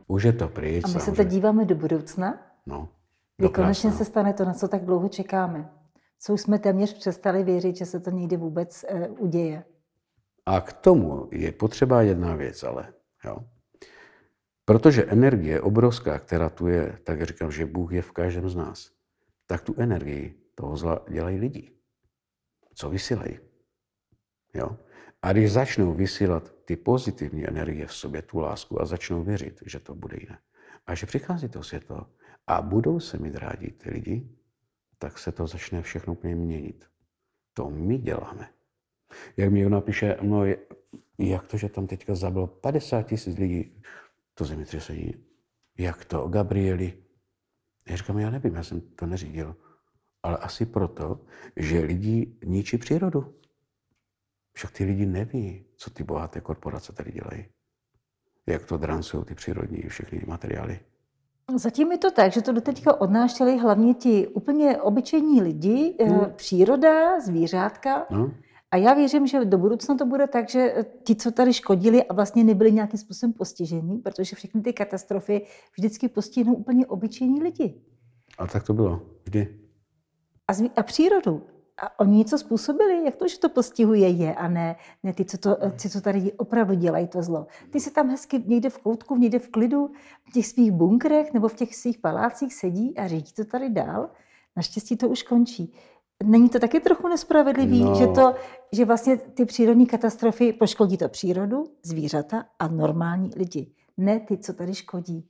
Už je to pryč. A my se teď díváme do budoucna. No, kdy konečně se stane to, na co tak dlouho čekáme. Co už jsme téměř přestali věřit, že se to někdy vůbec uděje. A k tomu je potřeba jedna věc, ale. Jo. Protože energie je obrovská, která tu je, tak říkám, že Bůh je v každém z nás, tak tu energii toho zla dělají lidi. Co vysílají? Jo? A když začnou vysílat ty pozitivní energie v sobě, tu lásku a začnou věřit, že to bude jiné a že přichází to světlo a budou se mít rádi ty lidi, tak se to začne všechno úplně měnit. To my děláme. Jak mi někdo napíše, no, jak to, že tam teďka zabilo 50 000 lidí, to zemětřesení, jak to, Gabrieli? Já říkám, já nevím, já jsem to neřídil. Ale asi proto, že lidi ničí přírodu. Však ty lidi neví, co ty bohaté korporace tady dělají. Jak to drancují ty přírodní všechny materiály. Zatím je to tak, že to doteďka odnášeli hlavně ti úplně obyčejní lidi, příroda, zvířátka. No. A já věřím, že do budoucna to bude tak, že ti, co tady škodili a vlastně nebyli nějakým způsobem postižení, protože všechny ty katastrofy vždycky postihnou úplně obyčejní lidi. A tak to bylo vždy. A přírodu. A oni něco způsobili, jak to, že to postihuje je a ne ty, co tady opravdu dělají to zlo. Ty se tam hezky někde v koutku, někde v klidu, v těch svých bunkrech nebo v těch svých palácích sedí a řídí to tady dál. Naštěstí to už končí. Není to taky trochu nespravedlivý, že vlastně ty přírodní katastrofy poškodí to přírodu, zvířata a normální lidi. Ne ty, co tady škodí.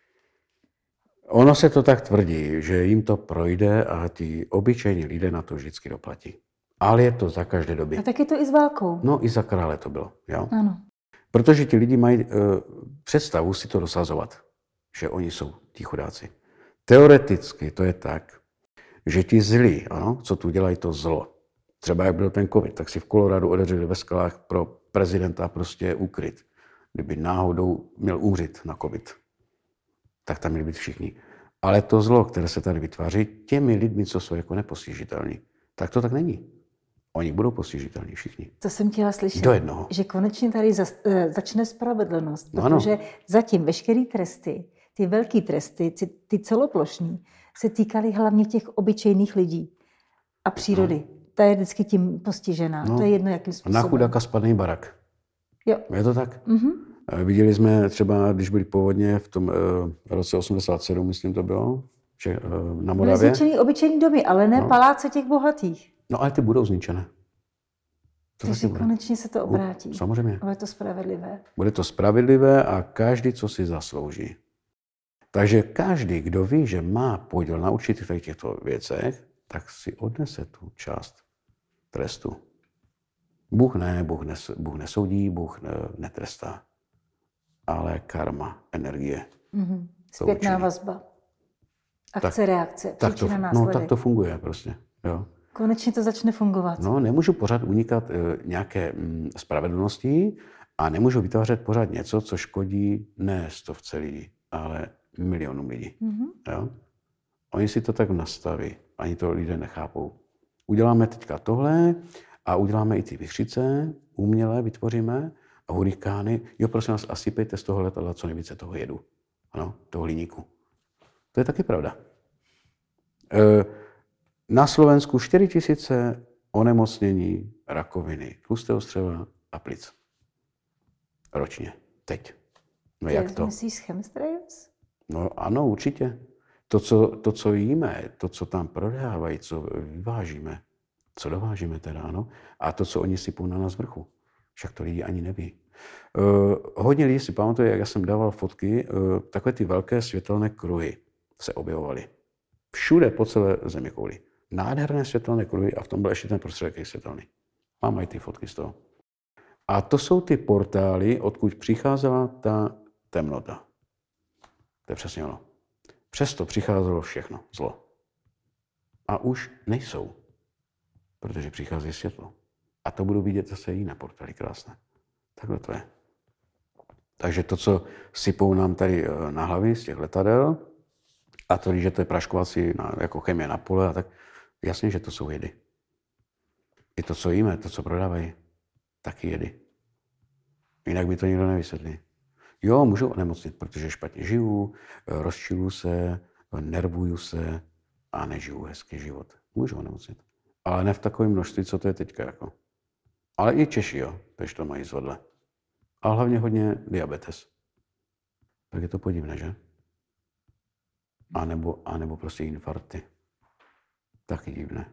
Ono se to tak tvrdí, že jim to projde a ty obyčejní lidé na to vždycky doplatí. Ale je to za každé doby. A tak je to i s válkou. No i za krále to bylo. Jo? Ano. Protože ti lidi mají představu si to dosazovat, že oni jsou ti chudáci. Teoreticky to je tak, že ti zlí, ano, co tu dělají to zlo. Třeba jak byl ten covid, tak si v Koloradu odevřeli ve skalách pro prezidenta prostě ukryt. Kdyby náhodou měl umřít na covid, tak tam měli být všichni. Ale to zlo, které se tady vytváří těmi lidmi, co jsou jako nepostižitelní, tak to tak není. Oni budou postižitelní všichni. To jsem chtěla slyšet. Do jednoho. Že konečně tady začne spravedlnost, no, protože zatím veškeré tresty, ty velké tresty, ty celoplošní, se týkaly hlavně těch obyčejných lidí a přírody. No. Ta je vždycky tím postižená. No. To je jedno, jakým způsobem. Na chudáka spadne barak. Jo. Je to tak? Mm-hmm. Viděli jsme třeba, když byly povodně v tom roce 87, myslím to bylo, na Moravě. Byly zničený obyčejní domy, ale ne paláce těch bohatých. No ale ty budou zničené. Takže konečně se to obrátí. Samozřejmě. Bude to spravedlivé. Bude to spravedlivé a každý, co si zaslouží. Takže každý, kdo ví, že má podíl na určitých těchto věcech, tak si odnese tu část trestu. Bůh nesoudí, Bůh netrestá. Ale karma, energie. Mm-hmm. Zpětná vazba. Akce, reakce, příčina, následek. No tak to funguje prostě. Jo. Konečně to začne fungovat. No, nemůžu pořád unikat nějaké spravedlnosti a nemůžu vytvářet pořád něco, co škodí ne 100 lidí, ale milionům lidí. Mm-hmm. Jo? Oni si to tak nastaví, ani to lidé nechápou. Uděláme teďka tohle a uděláme i ty vichřice, umělé vytvoříme a hurikány. Jo, prosím vás, a sypejte z toho letadla co nejvíce toho jedu. Ano, toho hliníku. To je taky pravda. Na Slovensku 4 000 onemocnění rakoviny, tlustého střeva a plic. Ročně. Teď. No jak to? Myslíš chemtrails? No ano, určitě. To, co jíme, to, co tam prodávají, co vyvážíme, co dovážíme teda, ano, a to, co oni sypou na nás vrchu. Však to lidi ani neví. Hodně lidí si pamatuje, jak já jsem dával fotky, takové ty velké světelné kruhy se objevovaly. Všude po celé zeměkouli. Nádherné světelné kruhy a v tom byl ještě ten prostředek světelný. Mám aj ty fotky z toho. A to jsou ty portály, odkud přicházela ta temnota. To je přesně ono. Přesto přicházelo všechno zlo. A už nejsou, protože přichází světlo. A to budou vidět zase jiné portály krásné. Takhle to je. Takže to, co sypou nám tady na hlavy z těch letadel, a to, že to je praškovací jako chemie na pole, a tak jasně, že to jsou jedy. I to, co jíme, to, co prodávají, taky jedy. Jinak by to nikdo nevysvětlí. Jo, můžu onemocnit, protože špatně žiju, rozčiluju se, nervuju se a nežiju hezký život. Můžu onemocnit. Ale ne v takovém množství, co to je teďka. Jako. Ale i Češi, jo, takže to mají zvedle. A hlavně hodně diabetes. Tak je to podivné, že? A nebo prostě infarkty. Taky divné.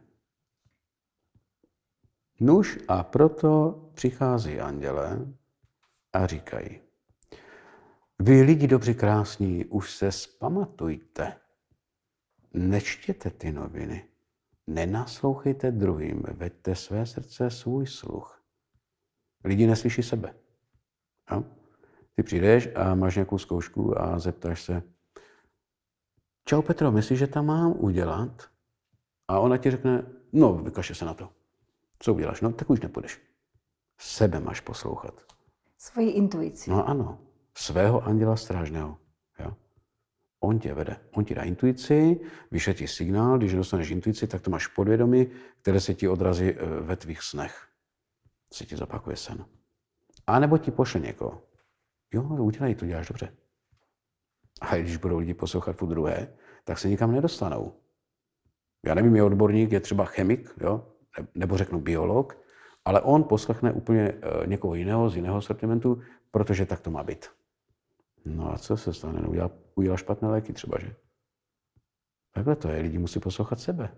Nuž a proto přichází andělé a říkají: vy lidi dobří krásní, už se vzpamatujte. Nečtěte ty noviny. Nenaslouchejte druhým, veďte své srdce svůj sluch. Lidi neslyší sebe. Jo? Ty přijdeš a máš nějakou zkoušku a zeptáš se: čau Petro, myslíš, že tam mám udělat? A ona ti řekne: no, vykašle se na to. Co uděláš? No, tak už nepůjdeš. Sebe máš poslouchat. Svoji intuici. No ano, svého anděla strážného. Jo? On tě vede. On ti dá intuici, vyšle ti signál, když dostaneš intuici, tak to máš v podvědomí, které se ti odrazí ve tvých snech. Se ti zapakuje sen. A nebo ti pošle někoho. Jo, udělej to, děláš dobře. A když budou lidi poslouchat furt druhé, tak se nikam nedostanou. Já nevím, je odborník, je třeba chemik, jo? Nebo řeknu biolog, ale on poslechne úplně někoho jiného z jiného sortimentu, protože tak to má být. No a co se stane? Udělá špatné léky třeba, že? Takhle to je, lidi musí poslouchat sebe.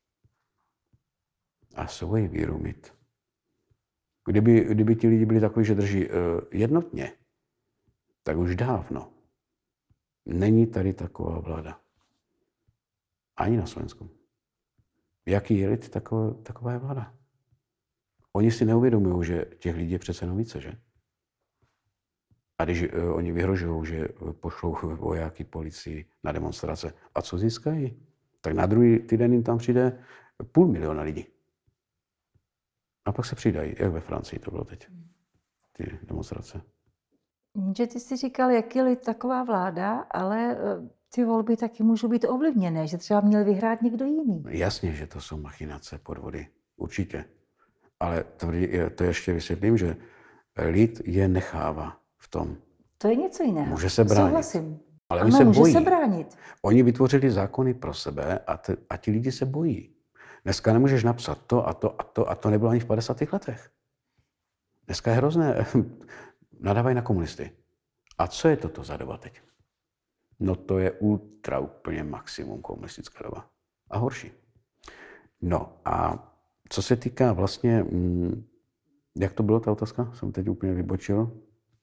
A svoji víru mít. Kdyby ti lidi byli takoví, že drží jednotně, tak už dávno není tady taková vláda. Ani na Slovensku. Jaký je lid, taková je vláda. Oni si neuvědomují, že těch lidí je přece jenom více, že? A když oni vyhrožují, že pošlou vojáky, policii na demonstrace, a co získají? Tak na druhý týden jim tam přijde 500 000 lidí. A pak se přidají, jak ve Francii to bylo teď, ty demonstrace. Že ty jsi říkal, jak je taková vláda, ale ty volby taky můžou být ovlivněné, že třeba měl vyhrát někdo jiný. Jasně, že to jsou machinace, podvody, určitě. Ale to ještě vysvětlím, že lid je nechává v tom. To je něco jiného. Může se bránit. Souhlasím. Ale ano, oni se může bojí. Se bránit. Oni vytvořili zákony pro sebe a ti lidi se bojí. Dneska nemůžeš napsat to a to a to a to nebylo ani v 50. letech. Dneska je hrozné. Nadávají na komunisty. A co je toto za doba teď? No to je ultra úplně maximum komunistická doba. A horší. No a co se týká vlastně, jak to bylo ta otázka? Jsem teď úplně vybočil.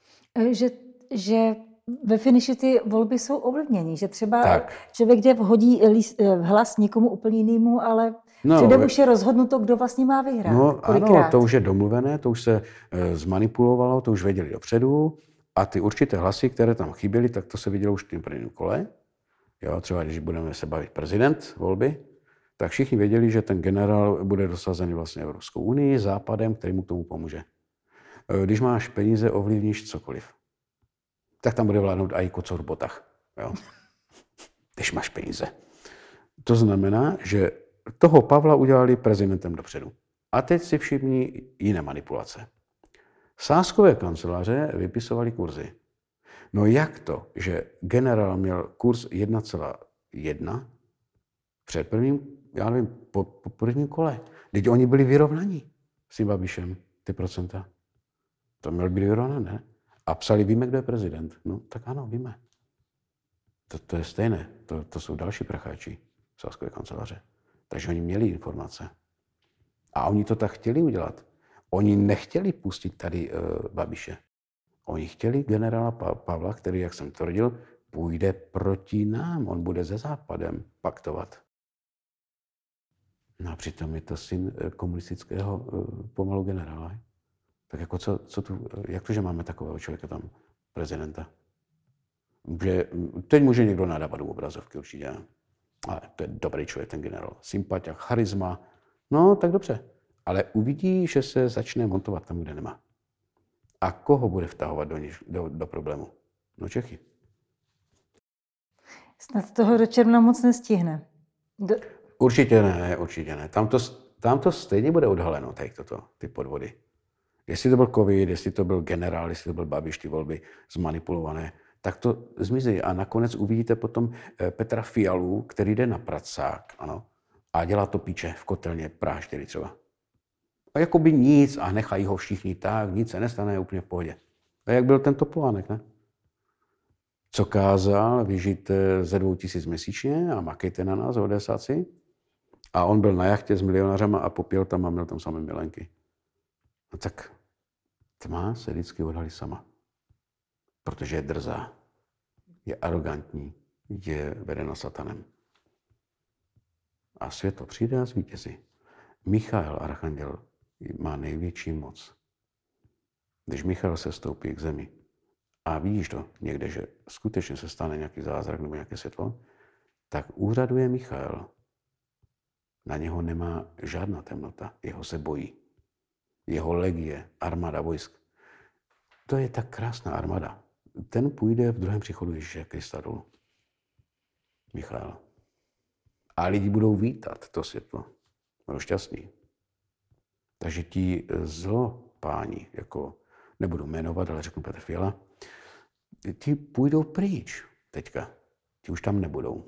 Že ve finiši ty volby jsou ovlivněny, že třeba člověk jde hodí hlas někomu úplně jinému, ale předem už je rozhodnuto, kdo vlastně má vyhrát. No ano, to už je domluvené, to už se zmanipulovalo, to už věděli dopředu a ty určité hlasy, které tam chyběly, tak to se vidělo už v tím prvním kole. Jo, třeba když budeme se bavit prezident volby, tak všichni věděli, že ten generál bude dosazený vlastně Evropskou unii, Západem, který mu k tomu pomůže. Když máš peníze, ovlivníš cokoliv. Tak tam bude vládnout i Kocor v botách. Jo? Když máš peníze. To znamená, že toho Pavla udělali prezidentem dopředu. A teď si všimni jiné manipulace. Sázkové kanceláře vypisovaly kurzy. No jak to, že generál měl kurz 1,1 před prvním, já nevím, po prvním kole. Teď oni byli vyrovnaní s tím Babišem, ty procenta. To mělo být vyrovnané, ne? A psali, víme, kdo je prezident. No, tak ano, víme. To je stejné. To jsou další pracháči sázkové kanceláře. Takže oni měli informace. A oni to tak chtěli udělat. Oni nechtěli pustit tady Babiše. Oni chtěli generála Pavla, který, jak jsem tvrdil, půjde proti nám. On bude se Západem paktovat. No a přitom je to syn komunistického pomalu generála. Tak jako jak to, že máme takového člověka tam, prezidenta? Že teď může někdo nadávat do obrazovky určitě. Ale to je dobrý člověk, ten generál. Sympatia, charisma. No, tak dobře. Ale uvidí, že se začne montovat tam, kde nemá. A koho bude vtahovat do problému? No Čechy. Snad toho do června moc nestihne. Určitě ne. Tam to stejně bude odhaleno, ty podvody. Jestli to byl covid, jestli to byl generál, jestli to byl Babiš, ty volby zmanipulované, tak to zmizí. A nakonec uvidíte potom Petra Fialu, který jde na pracák, ano, a dělá to píče v kotelně Praha 4 třeba. A jakoby nic a nechají ho všichni tak, nic se nestane, je úplně v pohodě. A jak byl ten Topolánek, ne? Co kázal, vyžijte ze 2000 měsíčně a makejte na nás, odesáci. A on byl na jachtě s milionářama a popil tam a měl tam samé milenky. No tak tma se vždycky odhalí sama. Protože je drzá, je arrogantní, je vedena satanem. A světlo přijde a zvítězí. Michael Archanděl má největší moc. Když Michael se stoupí k zemi a vidíš to někde, že skutečně se stane nějaký zázrak nebo nějaké světlo, tak úřaduje Michael. Na něho nemá žádná temnota, jeho se bojí. Jeho legie, armáda vojsk. To je tak krásná armáda. Ten půjde v druhém příchodu Ježíše Krista dolů. Michael. A lidi budou vítat to světlo. Budou šťastní. Takže ti zlopáni, jako nebudu jmenovat, ale řeknu Petr Fiala, ti půjdou pryč teďka. Ti už tam nebudou.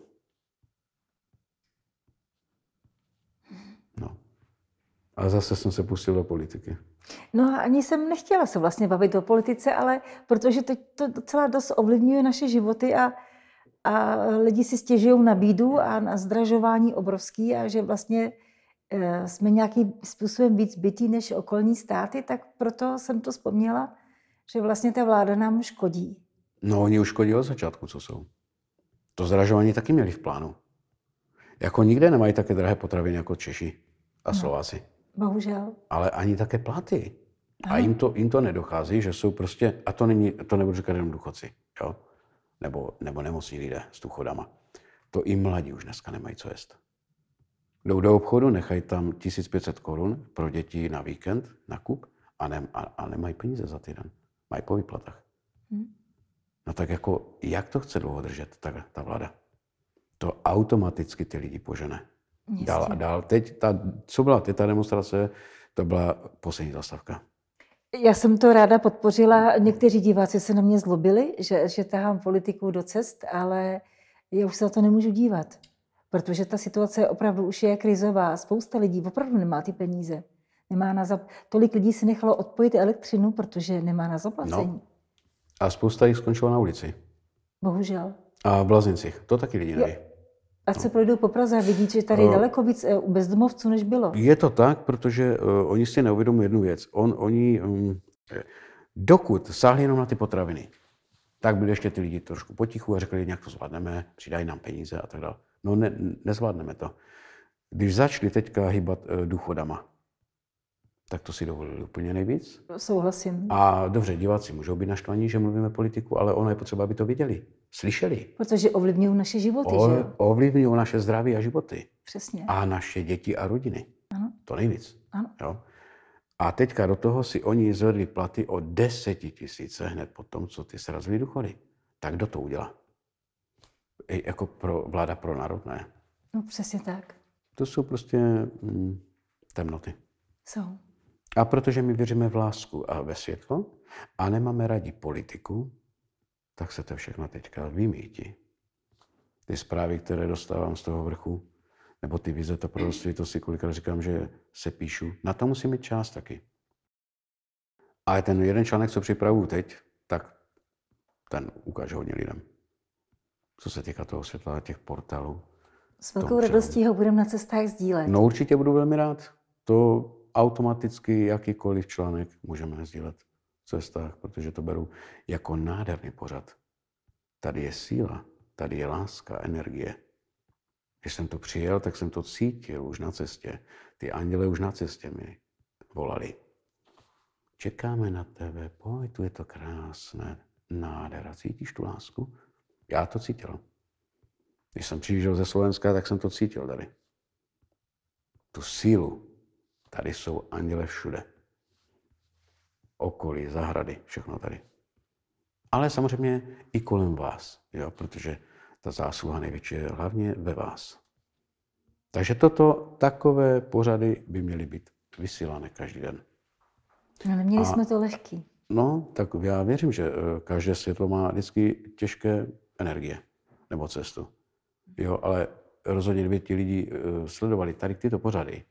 No. A zase jsem se pustil do politiky. No a ani jsem nechtěla se vlastně bavit o politice, ale protože teď to docela dost ovlivňuje naše životy a lidi si stěžují na bídu a na zdražování obrovský a že vlastně jsme nějakým způsobem víc bytí než okolní státy, tak proto jsem to vzpomněla, že vlastně ta vláda nám škodí. No oni už škodí od začátku, co jsou. To zdražování taky měli v plánu. Jako nikde nemají také drahé potraviny jako Češi a Slováci. Bohužel. Ale ani také platy. A jim to nedochází, že jsou prostě, a to nebudu říkat jenom důchodci, jo? Nebo nemocní lidé s důchodama. To i mladí už dneska nemají co jíst. Jdou do obchodu, nechají tam 1500 korun pro děti na víkend, na kup a nemají peníze za týden. Mají po výplatách. No tak jako, jak to chce dlouho držet ta vláda? To automaticky ty lidi požene. Dál a dál. Teď, co byla ta demonstrace, to byla poslední zastavka. Já jsem to ráda podpořila. Někteří diváci se na mě zlobili, že tahám politiku do cest, ale já už se na to nemůžu dívat. Protože ta situace opravdu už je krizová. Spousta lidí opravdu nemá ty peníze. Tolik lidí si nechalo odpojit elektřinu, protože nemá na zaplacení. No. A spousta jich skončila na ulici. Bohužel. A v Blazincích. To taky lidi neví. Ať se projdou po Praze a vidí, že tady je daleko víc bezdomovců, než bylo. Je to tak, protože oni si neuvědomují jednu věc. Dokud sáhli jenom na ty potraviny, tak byli ještě ty lidi trošku potichu a řekli, nějak to zvládneme, přidají nám peníze a tak dále. No nezvládneme to. Když začali teďka hýbat důchodama, tak to si dovolili úplně nejvíc. Souhlasím. A dobře, diváci můžou být naštvaní, že mluvíme politiku, ale ono je potřeba, aby to viděli, slyšeli. Protože ovlivňují naše životy, že? Ovlivňují naše zdraví a životy. Přesně. A naše děti a rodiny. Ano. To nejvíc. Ano. Jo? A teďka do toho si oni zvedli platy o 10 000 hned po tom, co ty srazili důchody. Tak kdo to udělá? Jako vláda pro národ, ne? No přesně tak. To jsou prostě temnoty. Jsou. A protože my věříme v lásku a ve světlo a nemáme rádi politiku, tak se to všechno teďka vymítí. Ty zprávy, které dostávám z toho vrchu, nebo ty vize, to proroctví, to si kolikrát říkám, že se píšu. Na to musím mít čas taky. Ale ten jeden článek, co připravuju teď, tak ten ukáže hodně lidem. Co se týká toho světla těch portálů. S velkou radostí ho budeme na cestách sdílet. No určitě budu velmi rád. To automaticky jakýkoliv článek můžeme sdílet v cestách, protože to beru jako nádherný pořad. Tady je síla, tady je láska, energie. Když jsem to přijel, tak jsem to cítil už na cestě. Ty anděle už na cestě mi volali. Čekáme na tebe, pojď, tu je to krásné, nádhera. Cítíš tu lásku? Já to cítil. Když jsem přijížděl ze Slovenska, tak jsem to cítil tady. Tu sílu. Tady jsou anděle všude. Okolí, zahrady, všechno tady. Ale samozřejmě i kolem vás, jo, protože ta zásluha největší je hlavně ve vás. Takže takové pořady by měly být vysílané každý den. No, neměli jsme to lehký. No, tak já věřím, že každé světlo má vždycky těžké energie nebo cestu. Jo, ale rozhodně, kdyby ti lidi sledovali tady tyto pořady,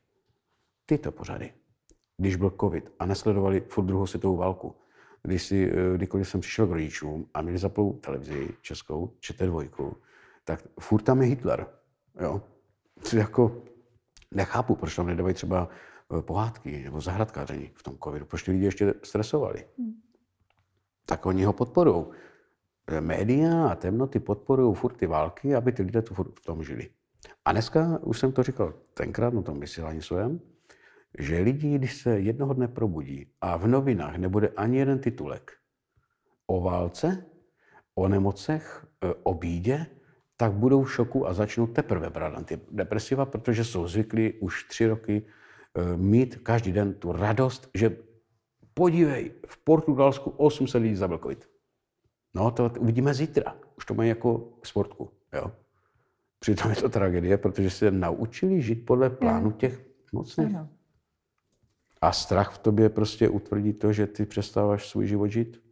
když byl covid a nesledovali furt druhou světovou válku, kdykoliv jsem přišel k rodičům a měli zaplou televizi českou, ČT2, tak furt tam je Hitler. Jo? Což jako nechápu, proč tam nedávají třeba pohádky nebo zahradkáření v tom covidu. Proč ty lidi ještě stresovali? Tak oni ho podporují. Média a temnoty podporují furt ty války, aby ty lidé tu furt v tom žili. A dneska, už jsem to říkal tenkrát na tom vysílání svém, že lidi, když se jednoho dne probudí a v novinách nebude ani jeden titulek o válce, o nemocech, o bídě, tak budou v šoku a začnou teprve brát antidepresiva, protože jsou zvyklí už 3 roky mít každý den tu radost, že podívej, v Portugalsku 800 lidí zabil covid. No, to uvidíme zítra. Už to mají jako sportku. Jo? Přitom je to tragédie, protože se naučili žít podle plánu těch mocných. Ano. A strach v tobě prostě utvrdí to, že ty přestáváš svůj život žít.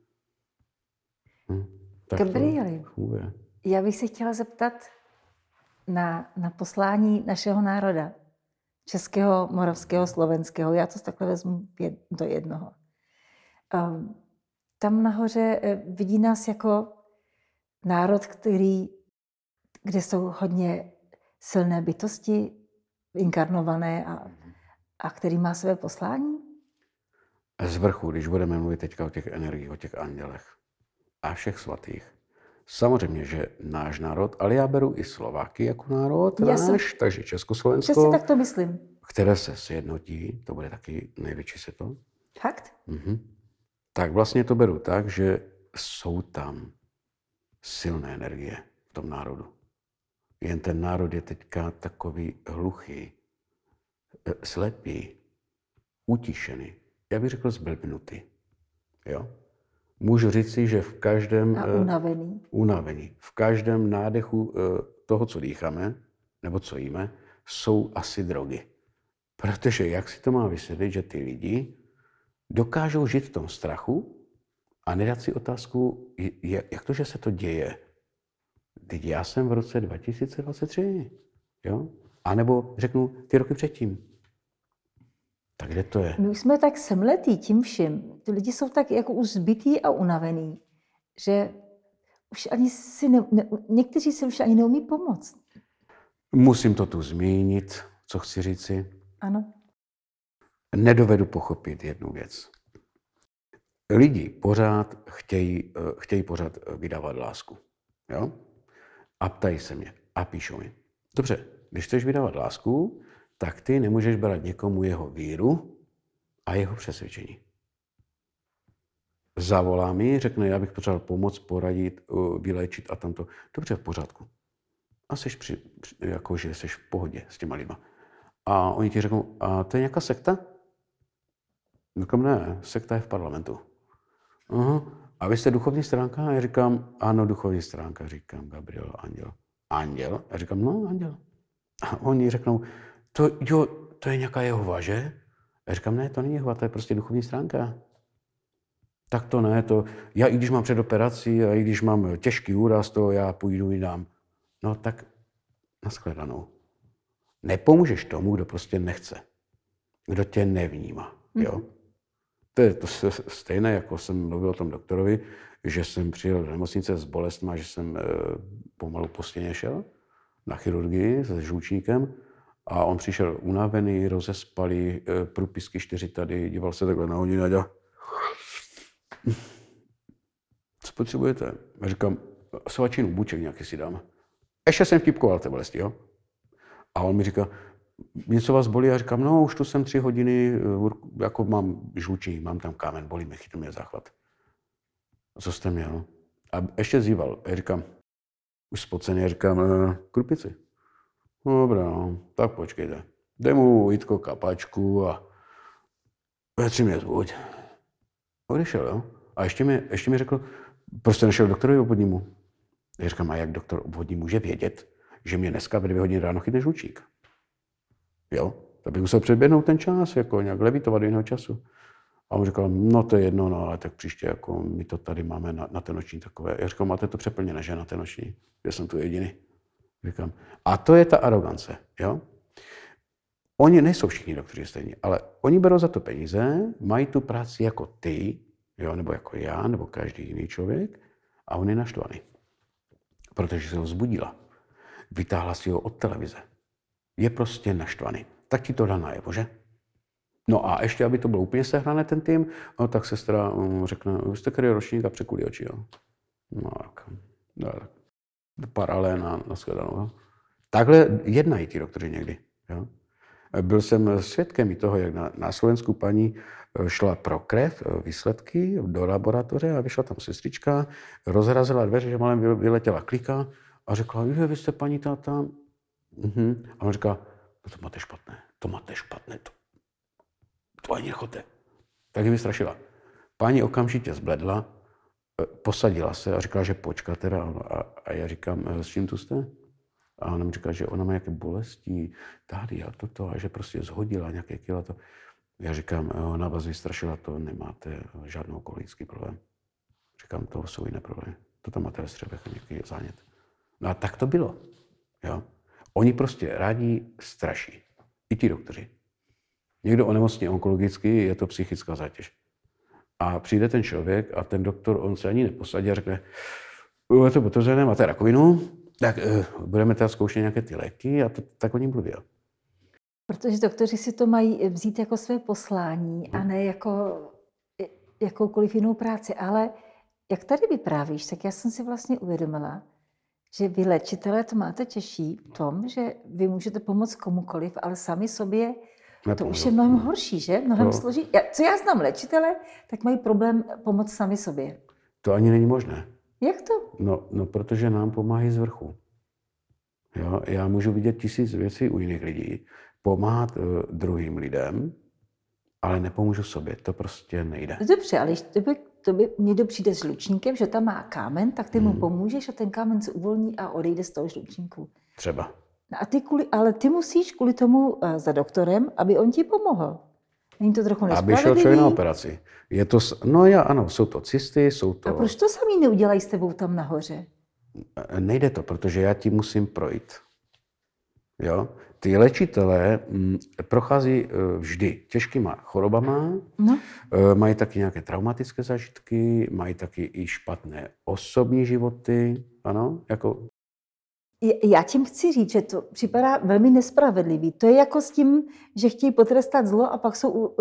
Tak Gabrieli, já bych se chtěla zeptat na poslání našeho národa. Českého, moravského, slovenského. Já to takhle vezmu do jednoho. Tam nahoře vidí nás jako národ, kde jsou hodně silné bytosti, inkarnované a který má své poslání? Z vrchu, když budeme mluvit teďka o těch energiích, o těch andělech a všech svatých, samozřejmě, že náš národ, ale já beru i Slováky jako národ, takže Československo, přesně tak to myslím, které se sjednotí, to bude taky největší světlo. Fakt? Tak vlastně to beru tak, že jsou tam silné energie v tom národu. Jen ten národ je teďka takový hluchý, slepý, utišený. Já bych řekl zblbnutý. Jo? Můžu říct si, že v každém... A unavený. V každém nádechu toho, co dýcháme, nebo co jíme, jsou asi drogy. Protože jak si to má vysvětlit, že ty lidi dokážou žít v tom strachu a nedat si otázku, jak to, že se to děje. Teď já jsem v roce 2023, jo? A nebo řeknu ty roky předtím. Tak kde to je? My už jsme tak semletí tím vším. Ty lidi jsou tak jako už zbytý a unavený, že už ani někteří si už ani neumí pomoct. Musím to tu zmínit, co chci říci. Ano. Nedovedu pochopit jednu věc. Lidi pořád chtějí pořád vydávat lásku. Jo? A ptají se mě a píšou mi. Dobře, když chceš vydávat lásku, tak ty nemůžeš brát někomu jeho víru a jeho přesvědčení. Zavolá mi, řekne, já bych potřeboval pomoct, poradit, vyléčit a tamto. Dobře, v pořádku. A že jsi v pohodě s těma lidma. A oni ti řeknou, a to je nějaká sekta? Říkám, ne, sekta je v parlamentu. Aha. A vy jste duchovní stránka? A já říkám, ano, duchovní stránka. Říkám, Gabriel, anděl. Anděl? A říkám, no, anděl. A oni řeknou, to je nějaká Jehova, že? A říkám, ne, to není Jehova, to je prostě duchovní stránka. Tak to ne, já i když mám před operací a i když mám těžký úraz, to já půjdu vydám. No tak nashledanou. Nepomůžeš tomu, kdo prostě nechce. Kdo tě nevnímá. Jo? To je to stejné, jako jsem mluvil o tom doktorovi, že jsem přijel do nemocnice s bolestma, že jsem pomalu po stěně šel na chirurgii se žlučníkem a on přišel unavený, rozespalý, průpisky 4 tady, díval se takhle na hodinu a dělal. Co potřebujete? Já říkám, svačinu, buček nějaký si dám. Ještě jsem vtipkoval té bolesti, jo? A on mi říká, něco vás bolí? Já říkám, no už tu jsem 3 hodiny, jako mám žlučník, mám tam kámen, bolí mě, chytl mě záchvat. Co jste měl? A ještě zýval. Já říkám, už spocený, já říkám, krupici. Dobrá, no, tak počkejte. Dej mu Jitko kapačku a Petři mě zbuď. Odešel, jo? A ještě mi řekl, proč jste nešel doktorovi obvodnímu? Já říkám, a jak doktor obvodní může vědět, že mě dneska ve 2 hodiny ráno chytne žlučník? Jo? Tak bych musel předběhnout ten čas, jako nějak levitovat do jiného času. A on říkal, no to je jedno, no ale tak příště jako my to tady máme na té noční takové. Já říkal, máte to přeplněné, že na té noční? Já jsem tu jediný. Říkám, a to je ta arogance, jo? Oni nejsou všichni doktoři stejní, ale oni berou za to peníze, mají tu práci jako ty, jo, nebo jako já, nebo každý jiný člověk a on je naštvaný. Protože se ho vzbudila. Vytáhla si ho od televize. Je prostě naštvaný. Tak ti to dá najevo, že? No a ještě, aby to bylo úplně sehrané ten tým, no, tak sestra řekne, vy jste který ročník a překulí oči, jo. No tak. Paralé na shledanou. Takhle jednají ti doktoři někdy, jo. Byl jsem svědkem i toho, jak na Slovensku paní šla pro krev, výsledky do laboratoře a vyšla tam sestřička, rozrazila dveře, že malem vyletěla klika a řekla, že vy jste paní táta. A on říká, no to máte špatné, to ani nechoďte. Tak ji vystrašila. Paní okamžitě zbledla, posadila se a říkala, že počká teda. A já říkám, s čím tu jste? A ona mi říká, že ona má nějaké bolesti tady a toto a že prostě zhodila nějaké kila. To. Já říkám, ona vás vystrašila, to nemáte žádný onkologický problém. Říkám, to jsou jiné problémy. To tam máte ve střevech nějaký zánět. No a tak to bylo. Jo? Oni prostě rádi straší. I ti doktoři. Někdo onemocní onkologicky, je to psychická zátěž. A přijde ten člověk a ten doktor, on se ani neposadí a řekne, je to potvrzené, máte rakovinu, tak budeme teda zkoušet nějaké ty léky a tak oni mluví. Protože doktoři si to mají vzít jako své poslání a ne jako jakoukoliv jinou práci. Ale jak tady vyprávíš, tak já jsem si vlastně uvědomila, že vy léčitelé to máte těžší v tom, že vy můžete pomoct komukoliv, ale sami sobě to už je mnohem horší, že? Mnohem složitý. Co já znám léčitele, tak mají problém pomoct sami sobě. To ani není možné. Jak to? No protože nám pomáhají z vrchu. Jo? Já můžu vidět 1000 věcí u jiných lidí, pomáhat druhým lidem, ale nepomůžu sobě. To prostě nejde. Dobře, ale když někdo přijde s žlučníkem, že tam má kámen, tak ty mu pomůžeš a ten kámen se uvolní a odejde z toho žlučníku. Třeba. No a ale ty musíš kvůli tomu za doktorem, aby on ti pomohl. Není to trochu nespravedlivý? Aby šel člověk na operaci. Je to, ano, jsou to cysty, jsou to... A proč to sami neudělají s tebou tam nahoře? Nejde to, protože já tím musím projít. Jo? Ty léčitelé prochází vždy těžkýma chorobama, mají taky nějaké traumatické zážitky, mají taky i špatné osobní životy, ano, jako... Já tím chci říct, že to připadá velmi nespravedlivý. To je jako s tím, že chtějí potrestat zlo a pak jsou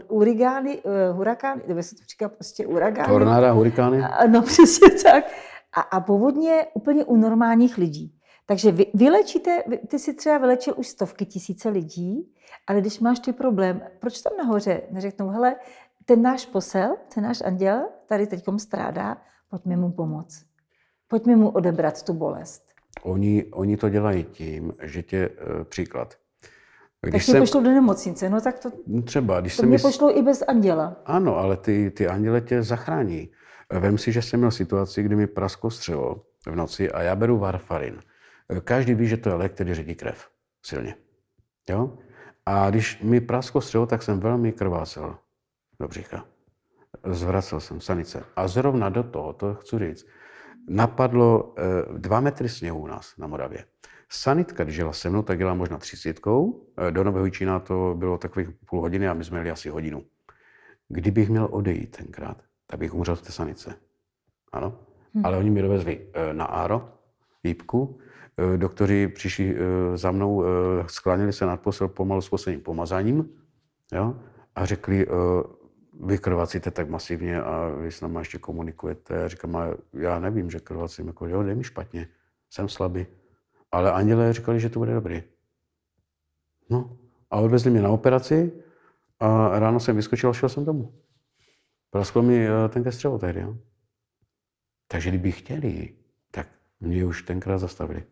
hurakány, nebo se to říká prostě uragány. Tornáda, hurikány. No přesně tak. A povodně úplně u normálních lidí. Takže ty si třeba vylečil už stovky tisíce lidí, ale když máš ty problém, proč tam nahoře neřeknou, hele, ten náš posel, ten náš anděl tady teďkom strádá, pojďme mu pomoct. Pojďme mu odebrat tu bolest. Oni to dělají tím, že příklad. Když tak mě pošlou do nemocnice, no tak to... Třeba, to mě pošlou i bez anděla. Ano, ale ty anděle tě zachrání. Vem si, že jsem měl situaci, kdy mi prasklo střevo v noci a já beru varfarin. Každý ví, že to je lék, který ředí krev silně. Jo? A když mi prasklo střevo, tak jsem velmi krvácel do břicha. Zvracel jsem sanice. A zrovna do toho, to chci říct, napadlo 2 metry sněhu u nás na Moravě. Sanitka, když jela se mnou, tak jela možná 30. Do Nového Jičína to bylo takových půl hodiny a my jsme jeli asi hodinu. Kdybych měl odejít tenkrát, tak bych umřel v té sanice. Ano? Ale oni mi dovezli na Áro, jípku. Doktoři přišli za mnou, skláněli se nad posel pomalu s posledním pomazáním, jo? A řekli, vy krvacíte tak masivně a vy s námi ještě komunikujete. Já říkám, ale já nevím, že krvacím, jako, jo, jde mi špatně, jsem slabý. Ale andělé říkali, že to bude dobrý. No a odvezli mě na operaci a ráno jsem vyskočil a šel jsem domů. Prasklo mi tenké střevo tehdy. Jo? Takže kdyby chtěli, tak mě už tenkrát zastavili.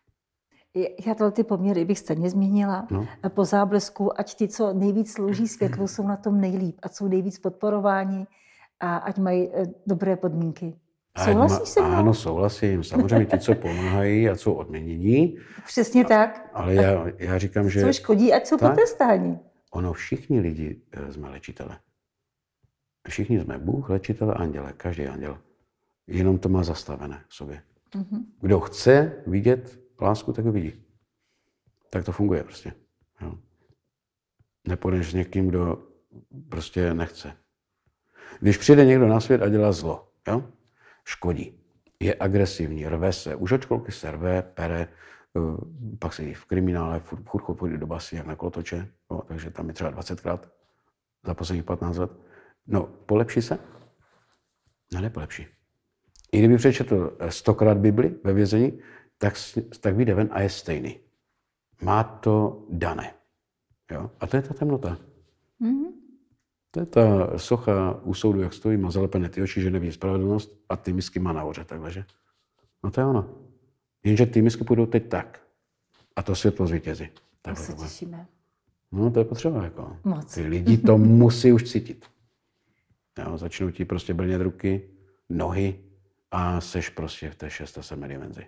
Já tyhle ty poměry bych stejně změnila. No. Po záblesku, ať ty, co nejvíc slouží světlu, jsou na tom nejlíp, ať jsou nejvíc podporováni a ať mají dobré podmínky. Souhlasíš se mnou? Ano, souhlasím. Samozřejmě ti, co pomáhají a jsou odměnění. Přesně tak. Ale já říkám, že... Co škodí, ať jsou potrestáni. Ono, všichni lidi jsme léčitele. Všichni jsme Bůh, léčitel a anděle, každý anděl. Jenom to má zastavené v sobě. Kdo chce vidět lásku, tak ho vidí. Tak to funguje prostě. Jo. Nepůjdeš s někým, kdo prostě nechce. Když přijde někdo na svět a dělá zlo, jo? Škodí, je agresivní, rve se, už od školky se rve, pere, pak se jí v kriminále, furt chodí do basy, jak na kolotoče, jo? Takže tam je třeba 20krát za posledních 15 let. No, polepší se? No, nepolepší. I kdyby přečetl 100krát Bibli ve vězení, tak vyjde ven a je stejný. Má to dané. Jo? A to je ta temnota. To je ta socha u soudu, jak stojí, má zalepené ty oči, že neví spravedlnost a ty misky má nahoře takhle, že? No to je ono. Jenže ty misky půjdou teď tak. A to světlo zvítězí. Tak se těšíme. No to je potřeba, jako. Moc. Ty lidi to musí už cítit. Jo, začnou ti prostě brnět ruky, nohy a seš prostě v té 6. a 7. dimenzi.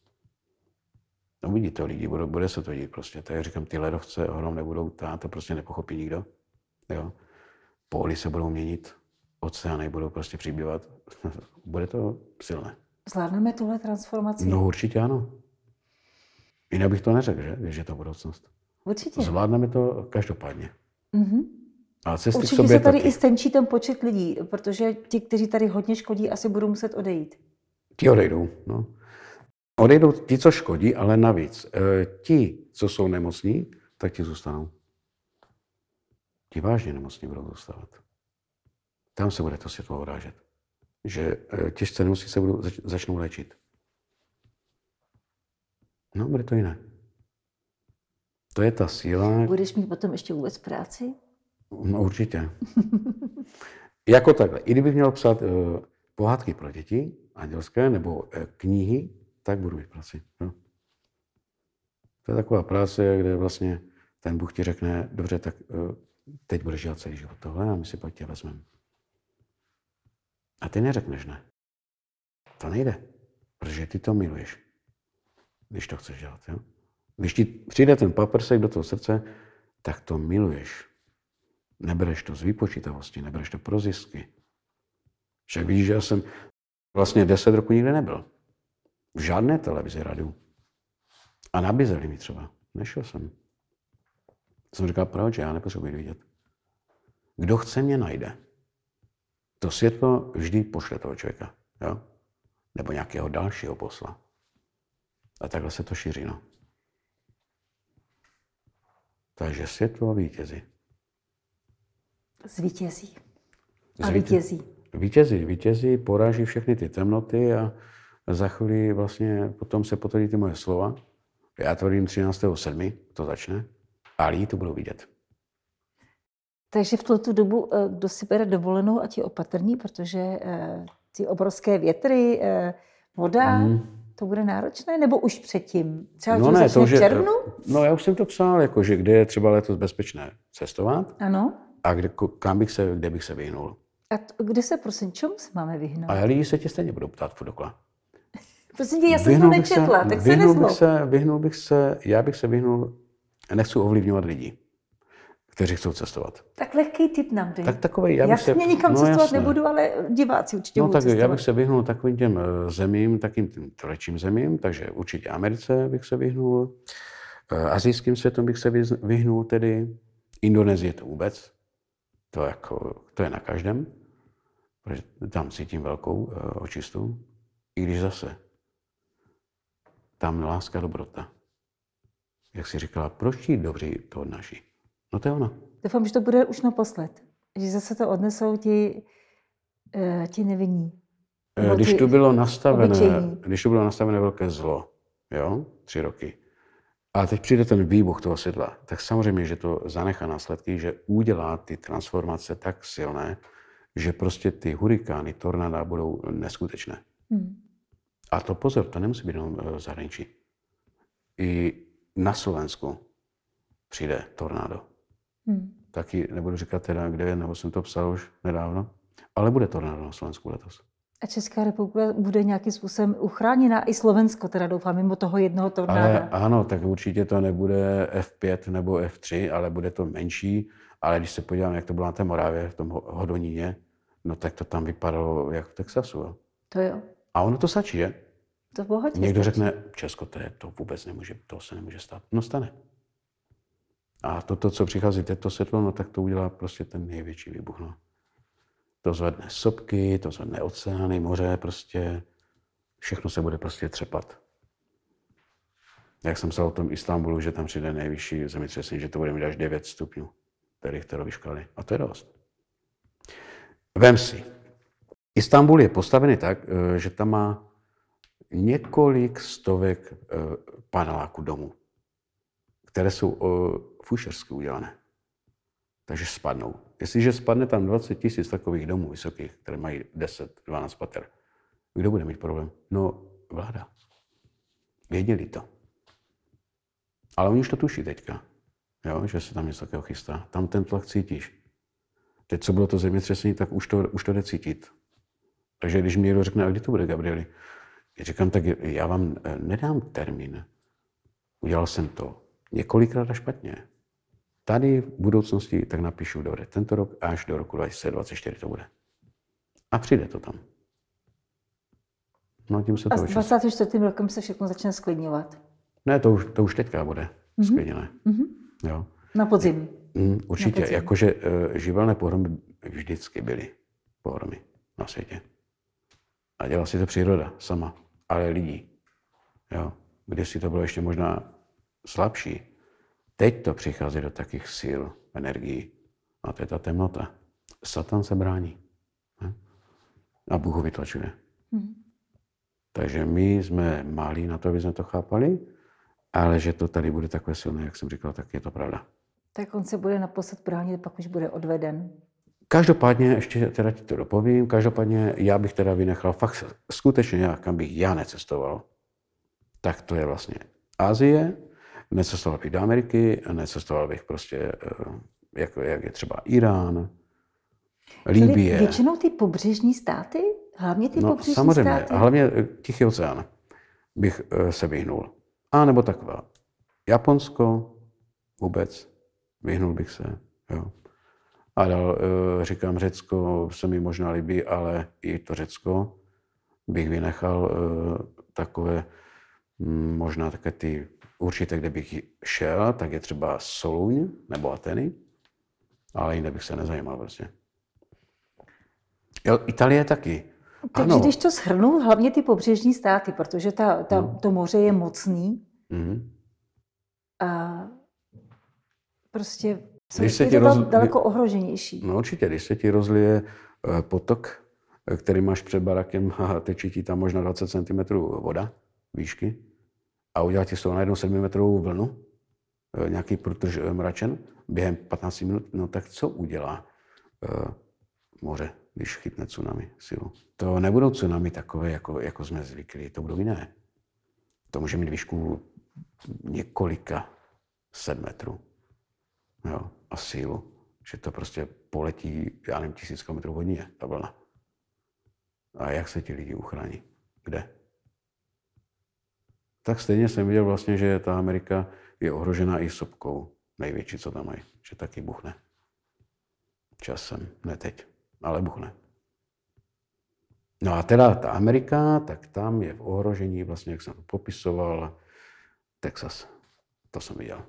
No vidí to lidi, bude se to dít prostě. Tak říkám, ty ledovce ohromné budou, to prostě nepochopí nikdo. Jo. Póly se budou měnit, oceány budou prostě přibývat. Bude to silné. Zvládneme tuhle transformaci? No určitě ano. Jinak bych to neřekl, že? Když je to budoucnost. Určitě. Zvládneme to každopádně. A cesty určitě k sobě se tady taky. i stenčí ten počet lidí, protože ti, kteří tady hodně škodí, asi budou muset odejít. Ti odejdou, no. Odejdou ti, co škodí, ale navíc. Ti, co jsou nemocní, tak ti zůstanou. Ti vážně nemocní budou zůstávat. Tam se bude to světlo odrážet. Že těžce nemocní se začnou léčit. No, bude to jiné. To je ta síla. Budeš mít potom ještě vůbec práci? No, určitě. Jako takhle. I kdybych měl psát pohádky pro děti, andělské, nebo knihy, tak budu mít práci. No. To je taková práce, kde vlastně ten Bůh ti řekne, dobře, tak teď budeš dělat celý život tohle a my si pak tě vezmeme. A ty neřekneš ne. To nejde, protože ty to miluješ, když to chceš dělat. Jo? Když ti přijde ten paprsek do toho srdce, tak to miluješ. Nebereš to z výpočítavosti, nebereš to pro zisky. Však víš, že já jsem vlastně 10 roků nikde nebyl. V žádné televizi, rádiu. A nabízeli mi třeba. Nešel jsem. Jsem říkal, proč? Já nepotřebuji vidět. Kdo chce, mě najde. To světlo vždy pošle toho člověka. Jo? Nebo nějakého dalšího posla. A takhle se to šíří. No. Takže světlo vítězí. Zvítězí. A vítězí. Vítězí, poráží všechny ty temnoty a za chvíli vlastně potom se potvrdí ty moje slova. Já tvrdím 13.7. to začne a lidi to budou vidět. Takže v tu dobu, kdo si bere dovolenou, ať je opatrný, protože ty obrovské větry, voda, to bude náročné, nebo už předtím? Třeba No ne, začne v červnu? No já už jsem to psal, jakože kde je třeba letos bezpečné cestovat. Ano. A kde bych se vyhnul. A kde se, prosím, čemu se máme vyhnout? A lidi se tě stejně budou ptát furt dokola. Prosím tě, já jsem to nečetla, tak se nezlob. Já bych se vyhnul, nechci ovlivňovat lidi, kteří chcou cestovat. Tak lehký tip nám dej. Tak takovej, já se nikam cestovat nebudu, ale diváci určitě budou cestovat. Já bych se vyhnul takovým těm zemím, takým tím tvrdším zemím, takže určitě Americe bych se vyhnul, asijským světom bych se vyhnul tedy, Indonésie to vůbec, to je na každém, protože tam cítím velkou očistu, i když zase tam láska, dobrota. Jak jsi říkala, proč ti dobří to odnáší? No to je ono. Doufám, že to bude už naposled. Že zase to odnesou ti nevinní. Když to bylo nastavené velké zlo, jo, 3 roky, a teď přijde ten výbuch toho světla, tak samozřejmě, že to zanechá následky, že udělá ty transformace tak silné, že prostě ty hurikány, tornáda budou neskutečné. A to pozor, to nemusí být jenom v zahraničí. I na Slovensku přijde tornádo. Taky nebudu říkat teda, kde je, nebo jsem to psal už nedávno, ale bude tornádo na Slovensku letos. A Česká republika bude nějakým způsobem uchráněna, i Slovensko teda doufám, mimo toho jednoho tornáda. Ale ano, tak určitě to nebude F5 nebo F3, ale bude to menší. Ale když se podívám, jak to bylo na té Moravě, v tom Hodoníně, no tak to tam vypadalo jak v Texasu. Jo. To jo. A ono to stačí, že? To bohatě Někdo stačí. řekne, Česko, to vůbec nemůže, to se nemůže stát. No stane. A toto, co přichází to světlo, no tak to udělá prostě ten největší výbuch. No. To zvedne sopky, to zvedne oceány, moře, prostě všechno se bude prostě třepat. Jak jsem psal o tom Istanbulu, že tam přijde nejvyšší zemětřesení, že to bude mít až 9 stupňů Richterovy škály. A to je dost. Vem si. Istanbul je postavený tak, že tam má několik stovek paneláků domů, které jsou fušersky udělané. Takže spadnou. Jestliže spadne tam 20 000 takových domů vysokých, které mají 10-12 pater, kdo bude mít problém? No, vláda. Věděli to. Ale oni už to tuší teďka, jo, že se tam něco takového chystá. Tam ten tlak cítíš. Teď, co bylo to zemětřesení, tak už to jde cítit. Takže když mi někdo řekne, a kdy to bude, Gabrieli? Já říkám, tak já vám nedám termín. Udělal jsem to několikrát a špatně. Tady v budoucnosti tak napíšu, dobře, tento rok až do roku 2024 to bude. A přijde to tam. No tím se to A s 24. rokem se všechno začne sklidňovat. Ne, to už teďka bude sklidněné. Jo. Na podzim. Určitě, jakože živelné pohromy vždycky byly pohromy na světě. A dělala si to příroda sama, ale lidi. Jo. Kdysi to bylo ještě možná slabší. Teď to přichází do takých sil, energií. A to je ta temnota. Satan se brání. A Bůh ho vytlačuje. Takže my jsme malí na to, aby jsme to chápali, ale že to tady bude takové silné, jak jsem říkal, tak je to pravda. Tak on se bude naposled bránit, pak už bude odveden. Každopádně, ještě teda ti to dopovím, každopádně já bych teda vynechal fakt skutečně, kam bych já necestoval, tak to je vlastně Asie, necestoval bych do Ameriky, necestoval bych prostě, jak je třeba Irán, Libye. Většinou ty pobřežní státy? Hlavně ty pobřežní samozřejmě, státy? A hlavně Tichý oceán bych se vyhnul. A nebo taková. Japonsko vůbec, vyhnul bych se. Jo. A dál říkám, Řecko se mi možná líbí, ale i to Řecko bych vynechal takové, možná také ty určitě, kde bych šel, tak je třeba Soluň nebo Ateny, ale jinde bych se nezajímal prostě. Itálie taky. Takže ano. když to shrnu, hlavně ty pobřežní státy, protože to moře je mocný. A prostě je to daleko ohroženější. No určitě, když se ti rozlije potok, který máš před barakem a tečí ti tam možná 20 cm voda, výšky, a udělá ti z toho najednou 7metrovou vlnu, nějaký průtrž mračen, během 15 minut, no tak co udělá moře, když chytne tsunami silu? To nebudou tsunami takové, jako jsme zvyklí, to budou jiné. To může mít výšku několika 7 metrů. Jo, a sílu, že to prostě poletí, já nevím, 1000 km hodině, ta vlna. A jak se ti lidi uchrání? Kde? Tak stejně jsem viděl vlastně, že ta Amerika je ohrožená i sopkou, největší, co tam mají, že taky buchne. Časem, ne teď, ale buchne. No a teda ta Amerika, tak tam je v ohrožení, vlastně, jak jsem to popisoval, Texas. To jsem viděl.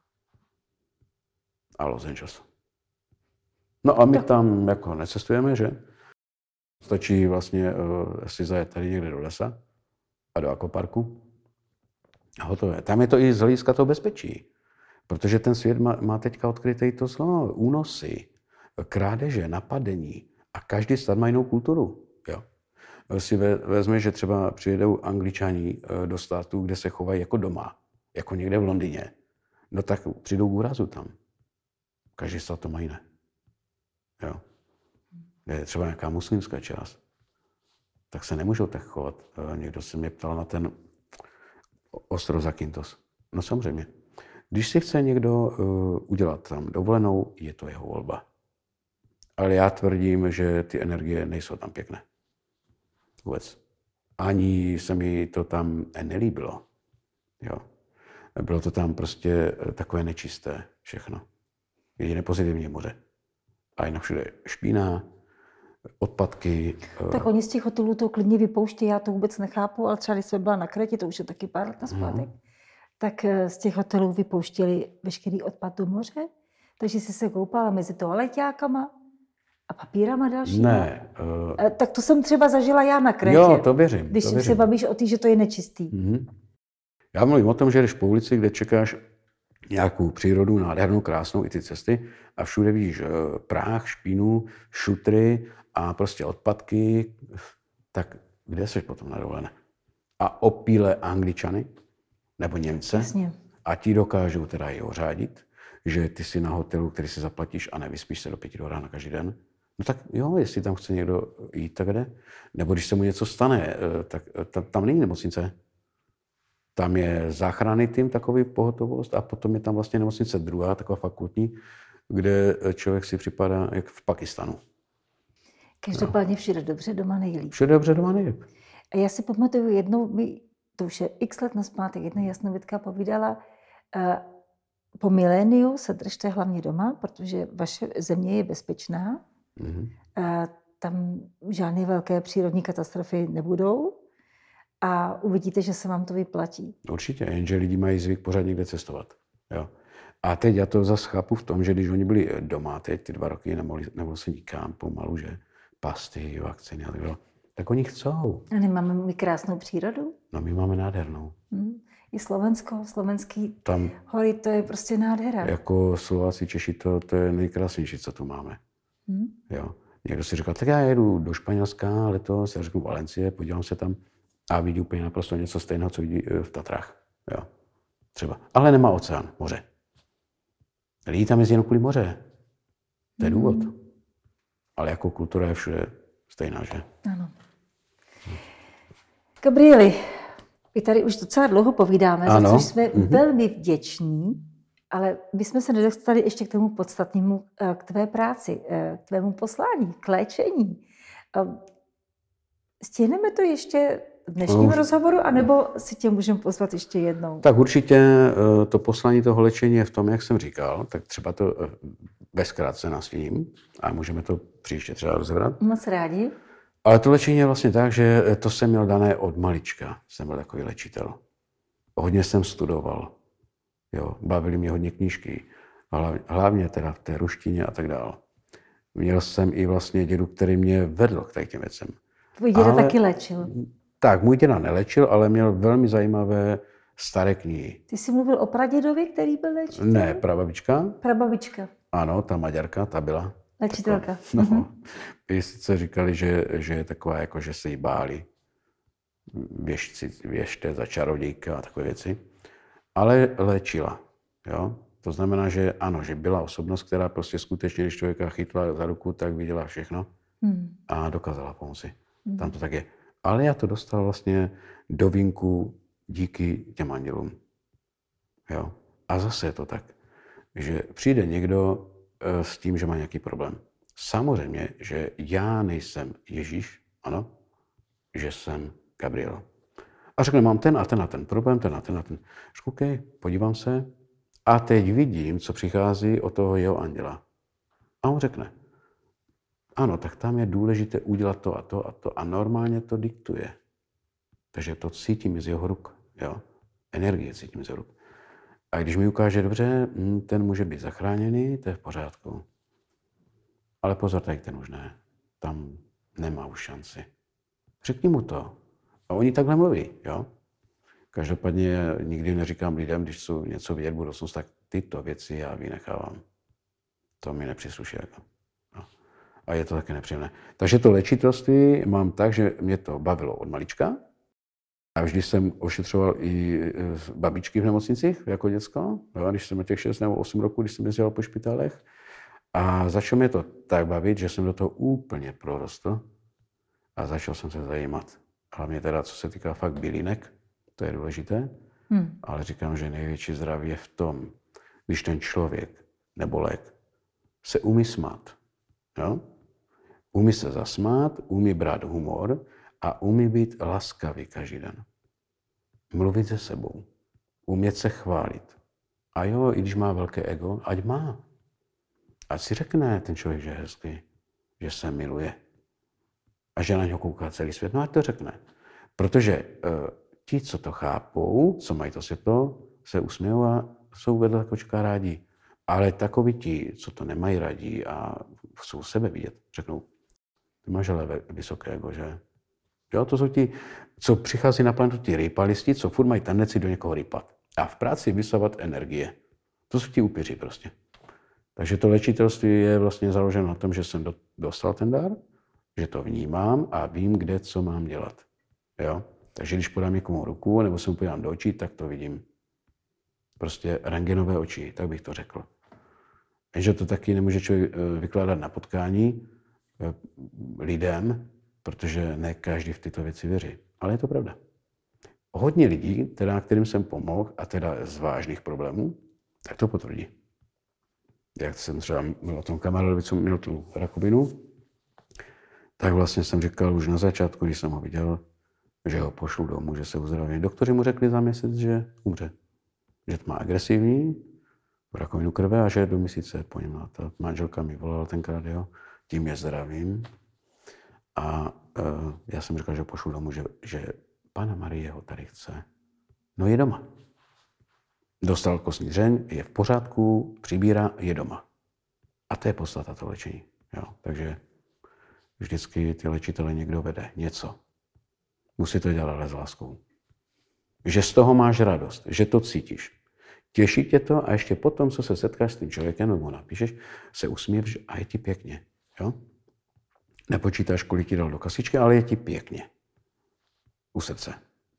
A Los Angeles. No a my tam jako necestujeme, že? Stačí vlastně si zajet tady někde do lesa a do akvaparku. A hotové. Tam je to i z hlediska toho bezpečí. Protože ten svět má teďka odkryté to slovo. Únosy, krádeže, napadení. A každý stát má jinou kulturu. Jo? Si vezme, že třeba přijedou Angličani do států, kde se chovají jako doma. Jako někde v Londýně. No tak přijdou k úrazu tam. Každý stát to má jiné. Jo. Je třeba nějaká muslimská část. Tak se nemůžou tak chovat. Někdo se mě ptal na ten ostrov Zakynthos. No samozřejmě. Když si chce někdo udělat tam dovolenou, je to jeho volba. Ale já tvrdím, že ty energie nejsou tam pěkné. Vůbec. Ani se mi to tam nelíbilo. Jo. Bylo to tam prostě takové nečisté všechno. Jediné pozitivní moře. A jinak všude špína, odpadky. Tak oni z těch hotelů to klidně vypouští, já to vůbec nechápu, ale třeba když jsem byla na Krétě, to už je taky pár let nazpátek, tak z těch hotelů vypouštěli veškerý odpad do moře, takže jsi se koupala mezi toaleťákama a papírama dalšíma. Ne. Tak to jsem třeba zažila já na Krétě. Jo, to věřím. Když to věřím. se bavíš o tom, že to je nečistý. Já mluvím o tom, že jdeš po ulici, kde čekáš nějakou přírodu, nádhernou, krásnou, i ty cesty, a všude vidíš práh, špínu, šutry a prostě odpadky, tak kde jsi potom na dovolené? A opíle Angličany nebo Němce, Jasně. a ti dokážou teda i ořádit, že ty si na hotelu, který si zaplatíš a nevyspíš se do 5 do rána každý den. No tak jo, jestli tam chce někdo jít, tak jde. Nebo když se mu něco stane, tak tam není nemocnice. Tam je záchranný tým, takový pohotovost, a potom je tam vlastně nemocnice druhá, taková fakultní, kde člověk si připadá jak v Pakistanu. Každopádně všude dobře, doma nejlíp. Všude dobře, doma nejlíp. A já si pamatuju jednou, to už je x let nazpátek, jedna jasnovidka povídala, po miléniu se držte hlavně doma, protože vaše země je bezpečná. Tam žádné velké přírodní katastrofy nebudou a uvidíte, že se vám to vyplatí. Určitě, jenže lidi mají zvyk pořád někde cestovat. Jo. A teď já to zase chápu v tom, že když oni byli doma teď ty 2 roky, nemohli se nikam pomalu, že pasty, vakcíny a tak dále, tak oni chcou. A nemáme my krásnou přírodu? No my máme nádhernou. I Slovensko, slovenský Tam hory, to je prostě nádhera. jako Slováci, Češi, to je nejkrásnější, co tu máme. Jo. Někdo si říkal, tak já jedu do Španělska letos, já řeknu Valencie, podívám se tam a vidí úplně naprosto něco stejného, co vidí v Tatrách. Jo. Třeba. Ale nemá oceán, moře. Lidi tam jezdí jen kvůli moře. To je důvod. Ale jako kultura je všude stejná, že? Ano. Gabrieli, my tady už docela dlouho povídáme, za což jsme velmi vděční, ale my jsme se nedostali ještě k tomu podstatnému, k tvé práci, k tvému poslání, k léčení. Stihneme to ještě v dnešním rozhovoru, anebo si tě můžeme pozvat ještě jednou? Tak určitě to poslání toho léčení je v tom, jak jsem říkal, tak třeba to bezkrátce nastíním a můžeme to příště třeba rozebrat. Moc rádi. Ale to léčení je vlastně tak, že to jsem měl dané od malička. Jsem byl takový léčitel. Hodně jsem studoval. Jo, bavily mě hodně knížky. Hlavně teda v té ruštině a tak dále. Měl jsem i vlastně dědu, který mě vedl k těm věcem. Tvůj děda taky léčil. Tak, můj děda nelečil, ale měl velmi zajímavé staré knihy. Ty jsi mluvil o pradědovi, který byl léčitel? Ne, prababička. Prababička. Ano, ta Maďarka, ta byla. Léčitelka. No, i sice říkali, že je taková, jako že se jí báli. Věžte za čarodějka a takové věci. Ale léčila. Jo? To znamená, že ano, že byla osobnost, která prostě skutečně, když člověka chytla za ruku, tak viděla všechno a dokázala pomoci. Tam to tak je. Ale já to dostal vlastně do vínku díky těm andělům. Jo? A zase je to tak, že přijde někdo s tím, že má nějaký problém. Samozřejmě, že já nejsem Ježíš, ano, že jsem Gabriel. A řekne, mám ten a ten a ten problém, ten a ten a ten. Řeknu, OK, podívám se a teď vidím, co přichází od toho jeho anděla. A on řekne, ano, tak tam je důležité udělat to a to a to a normálně to diktuje. Takže to cítím z jeho ruk, jo. Energie cítím z jeho ruk. A když mi ukáže, dobře, ten může být zachráněný, to je v pořádku. Ale pozor, tady ten už ne. Tam nemá už šanci. Řekni mu to. A oni takhle mluví, jo. Každopádně nikdy neříkám lidem, když jsou něco vidět budoucnost, tak tyto věci já vynechávám. To mi nepřísluší. Jako. No. A je to také nepříjemné. Takže to léčitelství mám tak, že mě to bavilo od malička. A vždy jsem ošetřoval i babičky v nemocnicích jako děcko, jo, když jsem měl těch 6 nebo 8 roků, když jsem jezdil po špitálech. A začalo mě to tak bavit, že jsem do toho úplně prorostl a začal jsem se zajímat. Hlavně teda, co se týká fakt bylinek, to je důležité, ale říkám, že největší zdraví je v tom, když ten člověk nebo lék se umí smát. Jo? Umí se zasmát, umí brát humor a umí být laskavý každý den. Mluvit se sebou, umět se chválit. A jo, i když má velké ego, ať má. Ať si řekne ten člověk, že je hezký, že se miluje. a že na něho kouká celý svět, no ať to řekne. Protože ti, co to chápou, co mají to světlo, se usmějou a jsou vedle kočka rádi. Ale takoví ti, co to nemají rádi a chcou sebe vidět, řeknou, ty máš ale vysoké ego, že? Jo, to jsou ti, co přichází na planetu, ti rýpalisti, co furt mají tendenci do někoho rýpat. A v práci vysávat energie. To jsou ti upíři prostě. Takže to léčitelství je vlastně založeno na tom, že jsem dostal ten dar, že to vnímám a vím, kde co mám dělat. Jo? Takže když podám někomu ruku nebo se mu podívám do očí, tak to vidím. Prostě rentgenové oči, tak bych to řekl. Jenže to taky nemůže člověk vykládat na potkání lidem, protože ne každý v tyto věci věří. Ale je to pravda. Hodně lidí, teda, kterým jsem pomohl, a teda z vážných problémů, tak to potvrdí. Jak jsem třeba byl o tom kamarádovi, co měl tu rakovinu, tak vlastně jsem říkal už na začátku, když jsem ho viděl, že ho pošlu domů, že se uzdraví. Doktoři mu řekli za měsíc, že umře. Že to má agresivní rakovinu krve a že do měsíce po něm. Ta manželka mi volala tenkrát, jo, tím je zdravím. A já jsem říkal, že ho pošlu domů, že Panna Marie ho tady chce. No je doma. Dostal kostní dřeň, je v pořádku, přibírá, je doma. A to je podstata toho léčení. Jo. Takže vždycky ty léčitele někdo vede něco. Musí to dělat ale s láskou. Že z toho máš radost, že to cítíš. Těší tě to a ještě potom, co se setkáš s tím člověkem, nebo napíšeš, se usměješ a je ti pěkně. Jo? Nepočítáš, kolik ti dal do kasičky, ale je ti pěkně. U srdce.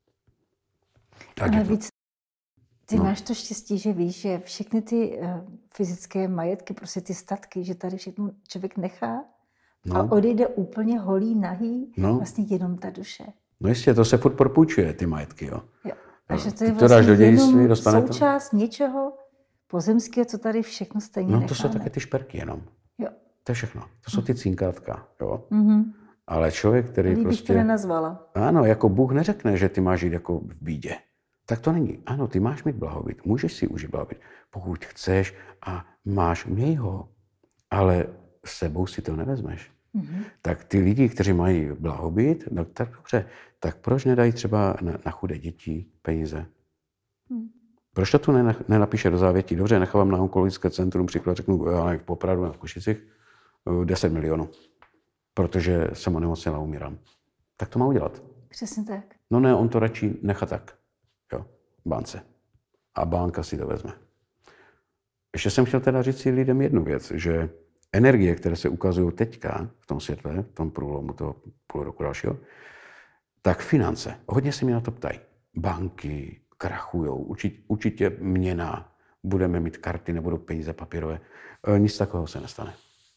Tak ale víc, ty máš to štěstí, že víš, že všechny ty fyzické majetky, prostě ty statky, že tady všechno člověk nechá a odejde úplně holý, nahý, vlastně jenom ta duše. No jistě, to se furt propůjčuje, ty majetky, jo. A že to je vlastně jenom součást něčeho pozemského, co tady všechno stejně necháme. No to jsou také ty šperky jenom. Jo. To je všechno. To jsou ty cinkátka, jo. Ale člověk, který bych prostě... to nenazvala. Ano, jako Bůh neřekne, že ty máš žít jako v bídě. Tak to není. Ano, ty máš mít blahobyt. Můžeš si užít blahobyt, pokud chceš a máš, měj ho. Ale s sebou si to nevezmeš. Tak ty lidi, kteří mají blahobyt, no tak dobře, tak proč nedají třeba na chudé děti peníze? Proč to tu nenapíše do závětí? Dobře, nechávám na onkologické centrum, příklad řeknu v Popradu a v Košicích 10 milionů, protože jsem onemocněl a umírám. Tak to má udělat. Přesně tak. No ne, on to radši nechá tak, jo, bance. A banka si to vezme. Ještě jsem chtěl teda říct si lidem jednu věc, že energie, které se ukazují teďka v tom světle, v tom průlomu toho půl roku dalšího, tak finance. Hodně se mě na to ptají. Banky krachujou, určitě měna, budeme mít karty, nebudou peníze papírové. Nic takového se nestane.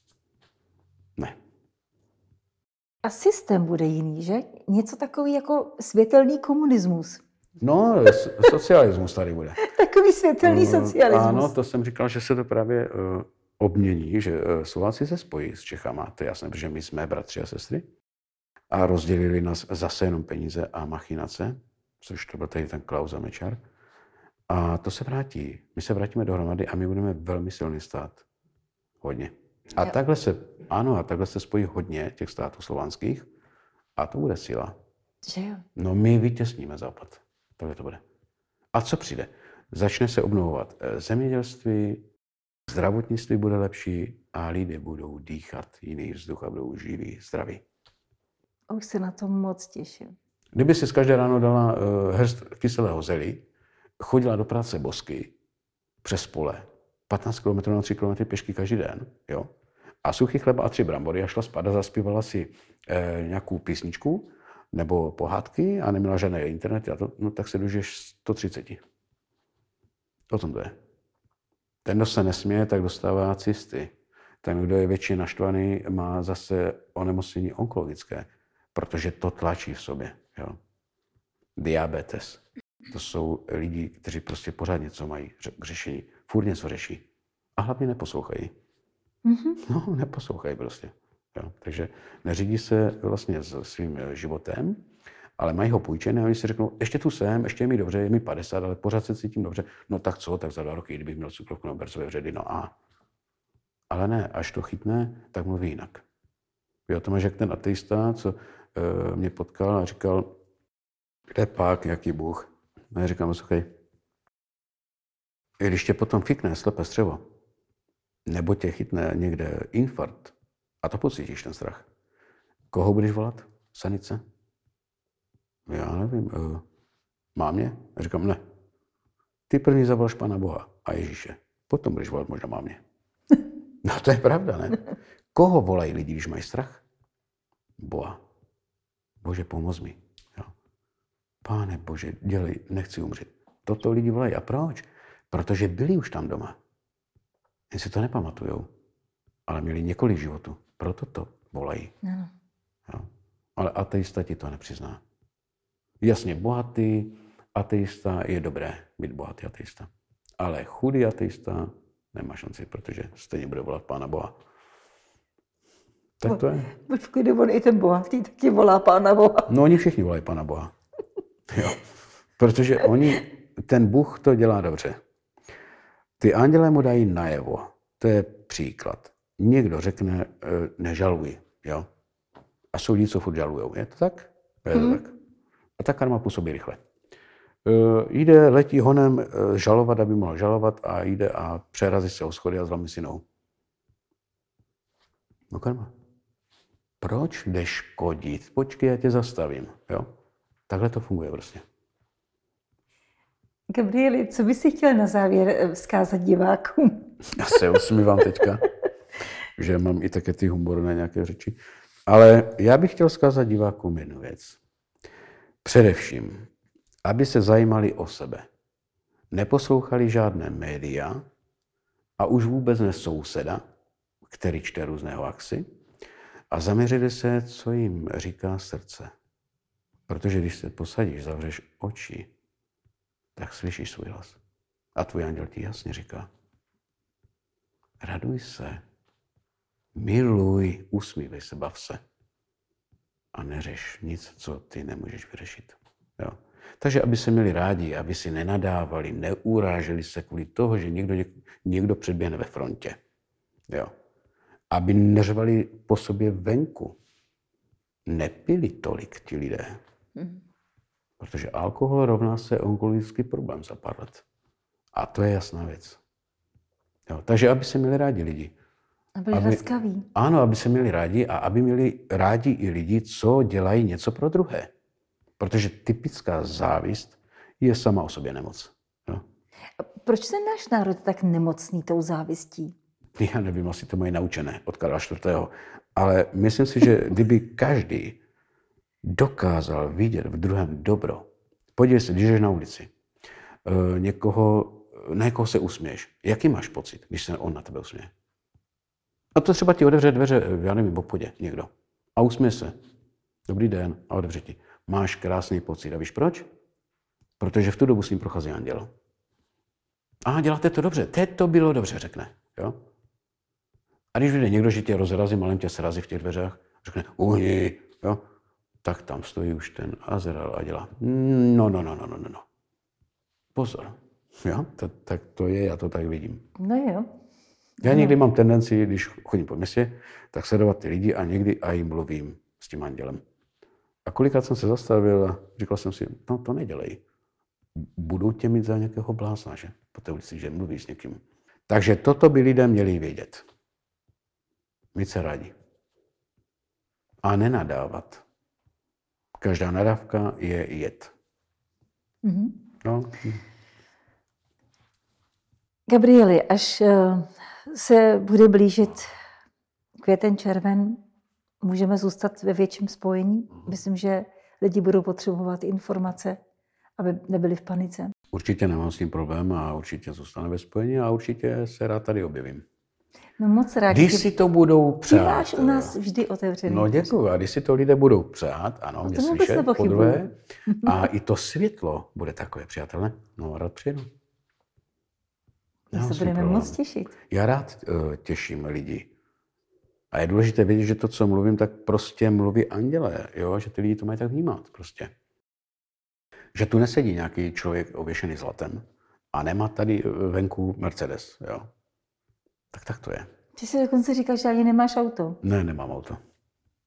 Ne. A systém bude jiný, že? Něco takový jako světelný komunismus. No, socialismus tady bude. Takový světelný socialismus. Ano, to jsem říkal, že se to právě obmění, že Slováci se spojí s Čechama, to je jasné, protože my jsme bratři a sestry, a rozdělili nás zase jenom peníze a machinace, což to byl tady ten Klaus a Mečiar. A to se vrátí. My se vrátíme dohromady a my budeme velmi silný stát. Hodně. A takhle se spojí hodně těch států slovanských a to bude síla. Že jo? No my vytěsníme Západ. Takhle to bude. A co přijde? Začne se obnovovat zemědělství, zdravotnictví bude lepší a lidé budou dýchat jiný vzduch a budou živí, zdraví. Už se na to moc těším. Kdyby si z každé ráno dala hrst kyselého zelí, chodila do práce bosky přes pole, 15 km na 3 km pěšky každý den, jo? A suchý chleba a 3 brambory a šla spát a zaspívala si nějakou písničku nebo pohádky a neměla žádné internety, a to, no, tak se dožiješ 130. O tom to je. Ten, kdo se nesměje, tak dostává cysty. Ten, kdo je většině naštvaný, má zase onemocnění onkologické, protože to tlačí v sobě. Jo. Diabetes. To jsou lidi, kteří prostě pořád něco mají k řešení. Furt něco řeší. A hlavně neposlouchají. No, neposlouchají prostě. Jo. Takže neřídí se vlastně s svým životem, ale mají ho půjčené a oni si řeknou, ještě tu jsem, ještě je mi dobře, je mi 50, ale pořád se cítím dobře. No tak co, tak za 2 roky, kdybych měl cukrovku nebo bercové vředy, no a. Ale ne, až to chytne, tak mluví jinak. Jo, to máš jak ten ateista, co mě potkal a říkal, kde pak, jaký Bůh? A já říkám, poslouchej, když tě potom fikne slepé střevo, nebo tě chytne někde infarkt, a to pocítíš, ten strach, koho budeš volat? Sanice? Já nevím, mámě? Já říkám, ne. Ty první zavoláš Pána Boha a Ježíše. Potom budeš volat možná mámě. No to je pravda, ne? Koho volají lidi, když mají strach? Boha. Bože, pomoz mi. Jo. Páne Bože, dělej, nechci umřít. Toto lidi volají. A proč? Protože byli už tam doma. Jen si to nepamatujou. Ale měli několik životů. Proto to volají. Jo. Ale ateista ti to nepřizná. Jasně, bohatý ateista je dobré být bohatý ateista. Ale chudý ateista nemá šanci, protože stejně bude volat Pána Boha. Tak to je. Počkej, on i ten bohatý taky volá Pána Boha. No oni všichni volají Pána Boha. Jo. Protože ten Bůh to dělá dobře. Ty andělé mu dají najevo. To je příklad. Někdo řekne, nežaluj. Jo? A jsou lidi, co furt žalujou. Je to tak? Je to tak. A ta karma působí rychle. Letí honem žalovat, aby mohl žalovat a jde a přerazí se o schody a zlomí si nohu. No karma. Proč jdeš škodit? Počkej, já tě zastavím. Jo? Takhle to funguje prostě. Gabrieli, co bys si chtěl na závěr vzkázat divákům? Já se usmívám teďka, že mám i také ty humorné nějaké řeči. Ale já bych chtěl vzkázat divákům jednu věc. Především, aby se zajímali o sebe. Neposlouchali žádné média a už vůbec ne souseda, který čte různé hoaxy, a zaměřili se, co jim říká srdce. Protože když se posadíš, zavřeš oči, tak slyšíš svůj hlas. A tvůj anděl ti jasně říká, raduj se, miluj, usmívej se, bav se. A neřeš nic, co ty nemůžeš vyřešit. Jo. Takže aby se měli rádi, aby si nenadávali, neuráželi se kvůli toho, že někdo předběhne ve frontě. Jo. Aby neřvali po sobě venku. Nepili tolik ti lidé. Protože alkohol rovná se onkologický problém za pár let. A to je jasná věc. Jo. Takže aby se měli rádi lidi. A byli laskaví. Ano, aby se měli rádi a aby měli rádi i lidi, co dělají něco pro druhé. Protože typická závist je sama o sobě nemoc. Jo. A proč je náš národ tak nemocný tou závistí? Já nevím, asi to mají naučené od Karla IV. Ale myslím si, že kdyby každý dokázal vidět v druhém dobro, podívej se, když jdeš na ulici, na někoho se usměješ, jaký máš pocit, když se on na tebe usměje? A to třeba ti otevře dveře, já nevím, v obchodě někdo. A usměje se. Dobrý den, a otevře ti. Máš krásný pocit. A víš proč? Protože v tu dobu s ním prochází anděl. A děláte to dobře. Teď to bylo dobře, řekne. Jo? A když vyjde někdo, že tě rozrazí, malem tě srazí v těch dveřích, řekne, uhni, jo? Tak tam stojí už ten Azrael a dělá, no. Pozor. Jo? Tak to je, já to tak vidím. No jo. Já někdy mám tendenci, když chodím po městě, tak sledovat ty lidi a někdy i mluvím s tím andělem. A kolikrát jsem se zastavil a říkal jsem si, no to nedělej. Budou tě mít za nějakého blázna, že? Po té ulici, že mluvíš s někým. Takže toto by lidé měli vědět. Mít se rádi. A nenadávat. Každá nadávka je jed. Mm-hmm. No. Gabrieli, až se bude blížit květen, červen, můžeme zůstat ve větším spojení? Myslím, že lidi budou potřebovat informace, aby nebyli v panice. Určitě nemám s tím problém a určitě zůstanu ve spojení a určitě se rád tady objevím. No moc rád. Když si to budou přát. Ty máš u nás vždy otevřený. No děkuji. A když si to lidé budou přát, ano, mě slyšet podruhé, a i to světlo bude takové přátelé, no rád přijedu. My se budeme moc těšit. Já rád těším lidi. A je důležité vědět, že to, co mluvím, tak prostě mluví andělé, jo? Že ty lidi to mají tak vnímat prostě. Že tu nesedí nějaký člověk ověšený zlatem a nemá tady venku Mercedes, jo? Tak to je. Ty si dokonce říkáš, že ani nemáš auto. Ne, nemám auto.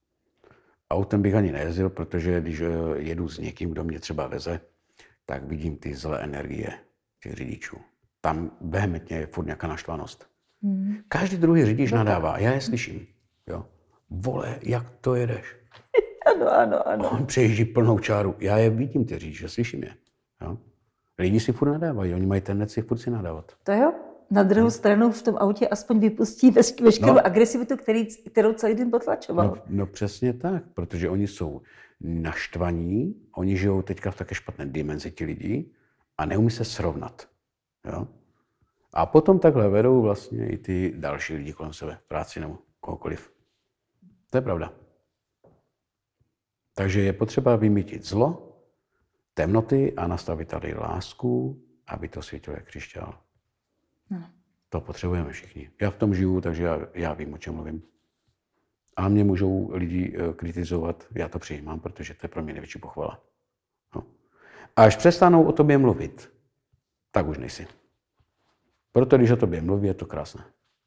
Autem bych ani nejezdil, protože když jedu s někým, kdo mě třeba veze, tak vidím ty zlé energie těch řidičů. Tam vehementně je furt nějaká naštvanost. Každý druhý řidič nadává, já je slyším. Jo. Vole, jak to jedeš? Ano. On přejíždí plnou čáru. Já je vidím, ty řidiče, slyším je. Jo. Lidi si furt nadávají, oni mají tendenci furt si nadávat. To jo. Na druhou stranu v tom autě aspoň vypustí veškerou agresivitu, kterou celý den potlačoval. No přesně tak, protože oni jsou naštvaní, oni žijou teďka v také špatné dimenzi ti lidi a neumí se srovnat. Jo? A potom takhle vedou vlastně i ty další lidi kolem sebe, práci nebo kohokoliv. To je pravda. Takže je potřeba vymýtit zlo, temnoty a nastavit tady lásku, aby to světilo jak křišťál. No. To potřebujeme všichni. Já v tom žiju, takže já vím, o čem mluvím. A mě můžou lidi kritizovat, já to přijímám, protože to je pro mě největší pochvala. No. A až přestanou o tobě mluvit, tak už nejsi. Proto, když o tobě mluví, je to krásné.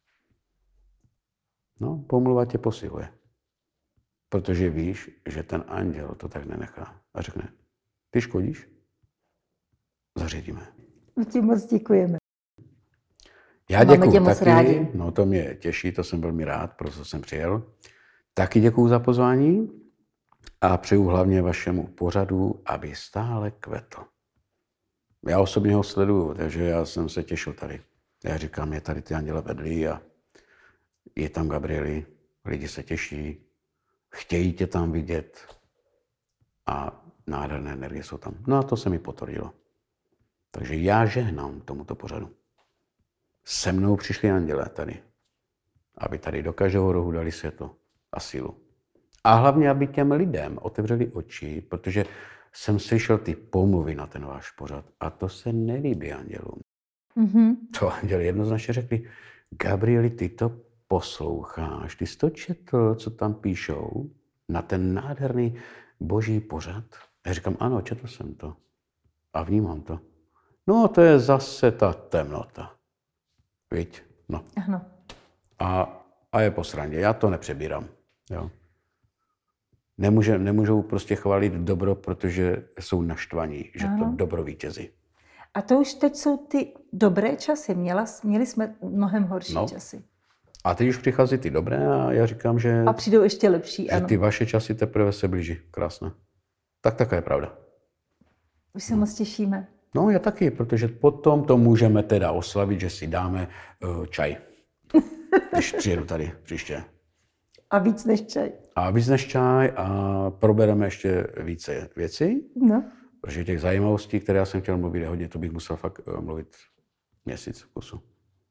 No, pomluva tě posiluje. Protože víš, že ten anděl to tak nenechá. A řekne, ty škodíš? Zařídíme. My ti moc děkujeme. Já děkuju taky, rádi. No to mě těší, to jsem velmi rád, proto jsem přijel. Taky děkuju za pozvání a přeju hlavně vašemu pořadu, aby stále kvetl. Já osobně ho sleduju, takže já jsem se těšil tady. Já říkám, je tady ty anděle vedlí a je tam Gabrieli, lidi se těší, chtějí tě tam vidět a nádherné energie jsou tam. No a to se mi potvrdilo. Takže já žehnám tomuto pořadu. Se mnou přišli andělé tady, aby tady do každého rohu dali světlo a sílu. A hlavně, aby těm lidem otevřeli oči, protože jsem slyšel ty pomluvy na ten váš pořad a to se nelíbí andělům. Mm-hmm. To anděli jednoznačně řekli, Gabrieli, ty to posloucháš, ty jsi to četl, co tam píšou, na ten nádherný boží pořad? Já říkám, ano, četl jsem to a vnímám to. No, to je zase ta temnota. Víš? No. Ano. A je po srandě. Já to nepřebírám. Jo. Nemůžou prostě chválit dobro, protože jsou naštvaní, že to dobro vítězí. A to už teď jsou ty dobré časy. Měli jsme mnohem horší časy. A teď už přichází ty dobré a já říkám, že... A přijdou ještě lepší, že ty vaše časy teprve se blíží. Krásné. Tak taká je pravda. Už se moc těšíme. No, já taky, protože potom to můžeme teda oslavit, že si dáme čaj. Když přijedu tady příště. A víc než čaj. A víc než čaj a probereme ještě více věcí. No. Protože těch zajímavostí, které já jsem chtěl mluvit, je hodně, to bych musel fakt mluvit měsíc v kusu.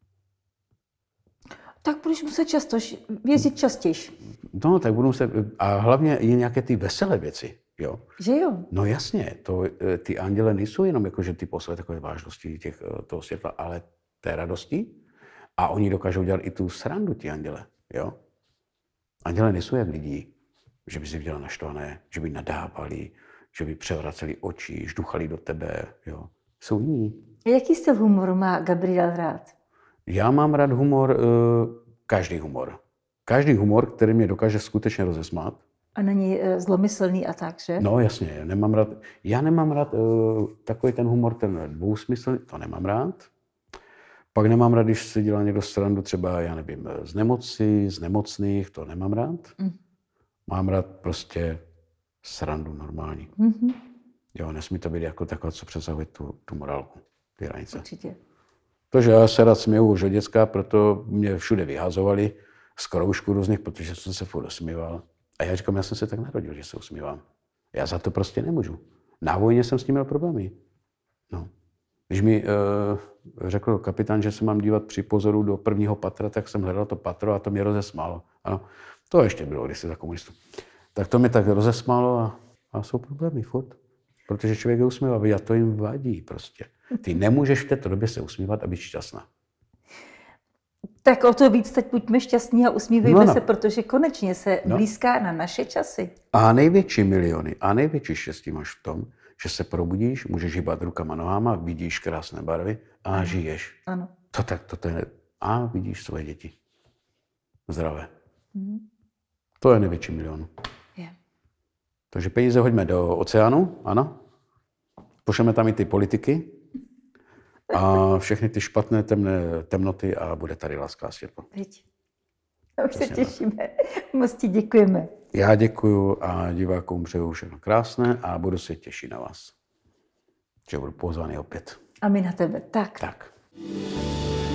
Tak budeš muset jezdit častěji. No, tak budu muset, a hlavně i nějaké ty veselé věci. Jo. Že jo? No jasně, ty anděle nejsou jenom jako, že ty poslé takové vážnosti toho světla, ale té radosti. A oni dokážou dělat i tu srandu, ti anděle. Jo? Anděle nejsou jak lidi, že by si viděla naštvané, že by nadávali, že by převraceli oči, žduchali do tebe. Jo? Jsou jiní. Jaký styl humoru má Gabriel rád? Já mám rád humor, každý humor. Každý humor, který mě dokáže skutečně rozesmát. A není zlomyslný a tak, že? No jasně, já nemám rád takový ten humor, ten dvousmyslný, to nemám rád. Pak nemám rád, když si dělá někdo srandu třeba, já nevím, z nemoci, z nemocných, to nemám rád. Mám rád prostě srandu normální. Mm-hmm. Jo, nesmí to být jako takové, co přesahuje tu morálku, ty hranice. Určitě. Protože já se rád směju už od děcka, proto mě všude vyhazovali z kroužků různých, protože jsem se furt usmíval. A já říkám, já jsem se tak narodil, že se usmívám. Já za to prostě nemůžu. Na vojně jsem s tím měl problémy. No. Když mi řekl kapitán, že se mám dívat při pozoru do prvního patra, tak jsem hledal to patro a to mě rozesmálo. Ano, to ještě bylo kdysi za komunistů. Tak to mě tak rozesmálo a jsou problémy furt. Protože člověk je usmívavý a to jim vadí prostě. Ty nemůžeš v této době se usmívat a být šťastná. Tak o to víc teď buďme šťastní a usmívejme se, protože konečně se blízká na naše časy. A největší miliony a největší štěstí máš v tom, že se probudíš, můžeš hýbat rukama, nohama, vidíš krásné barvy a žiješ. Ano. To je, a vidíš svoje děti. Zdravé. To je největší milion. Je. Takže peníze hoďme do oceánu, ano. Pošleme tam i ty politiky a všechny ty špatné temnoty a bude tady láska a světlo. Teď. Už se těšíme. Moc ti děkujeme. Já děkuju a divákům přeju všechno krásné a budu se těšit na vás. Že budu pozvaný opět. A my na tebe. Tak. Tak.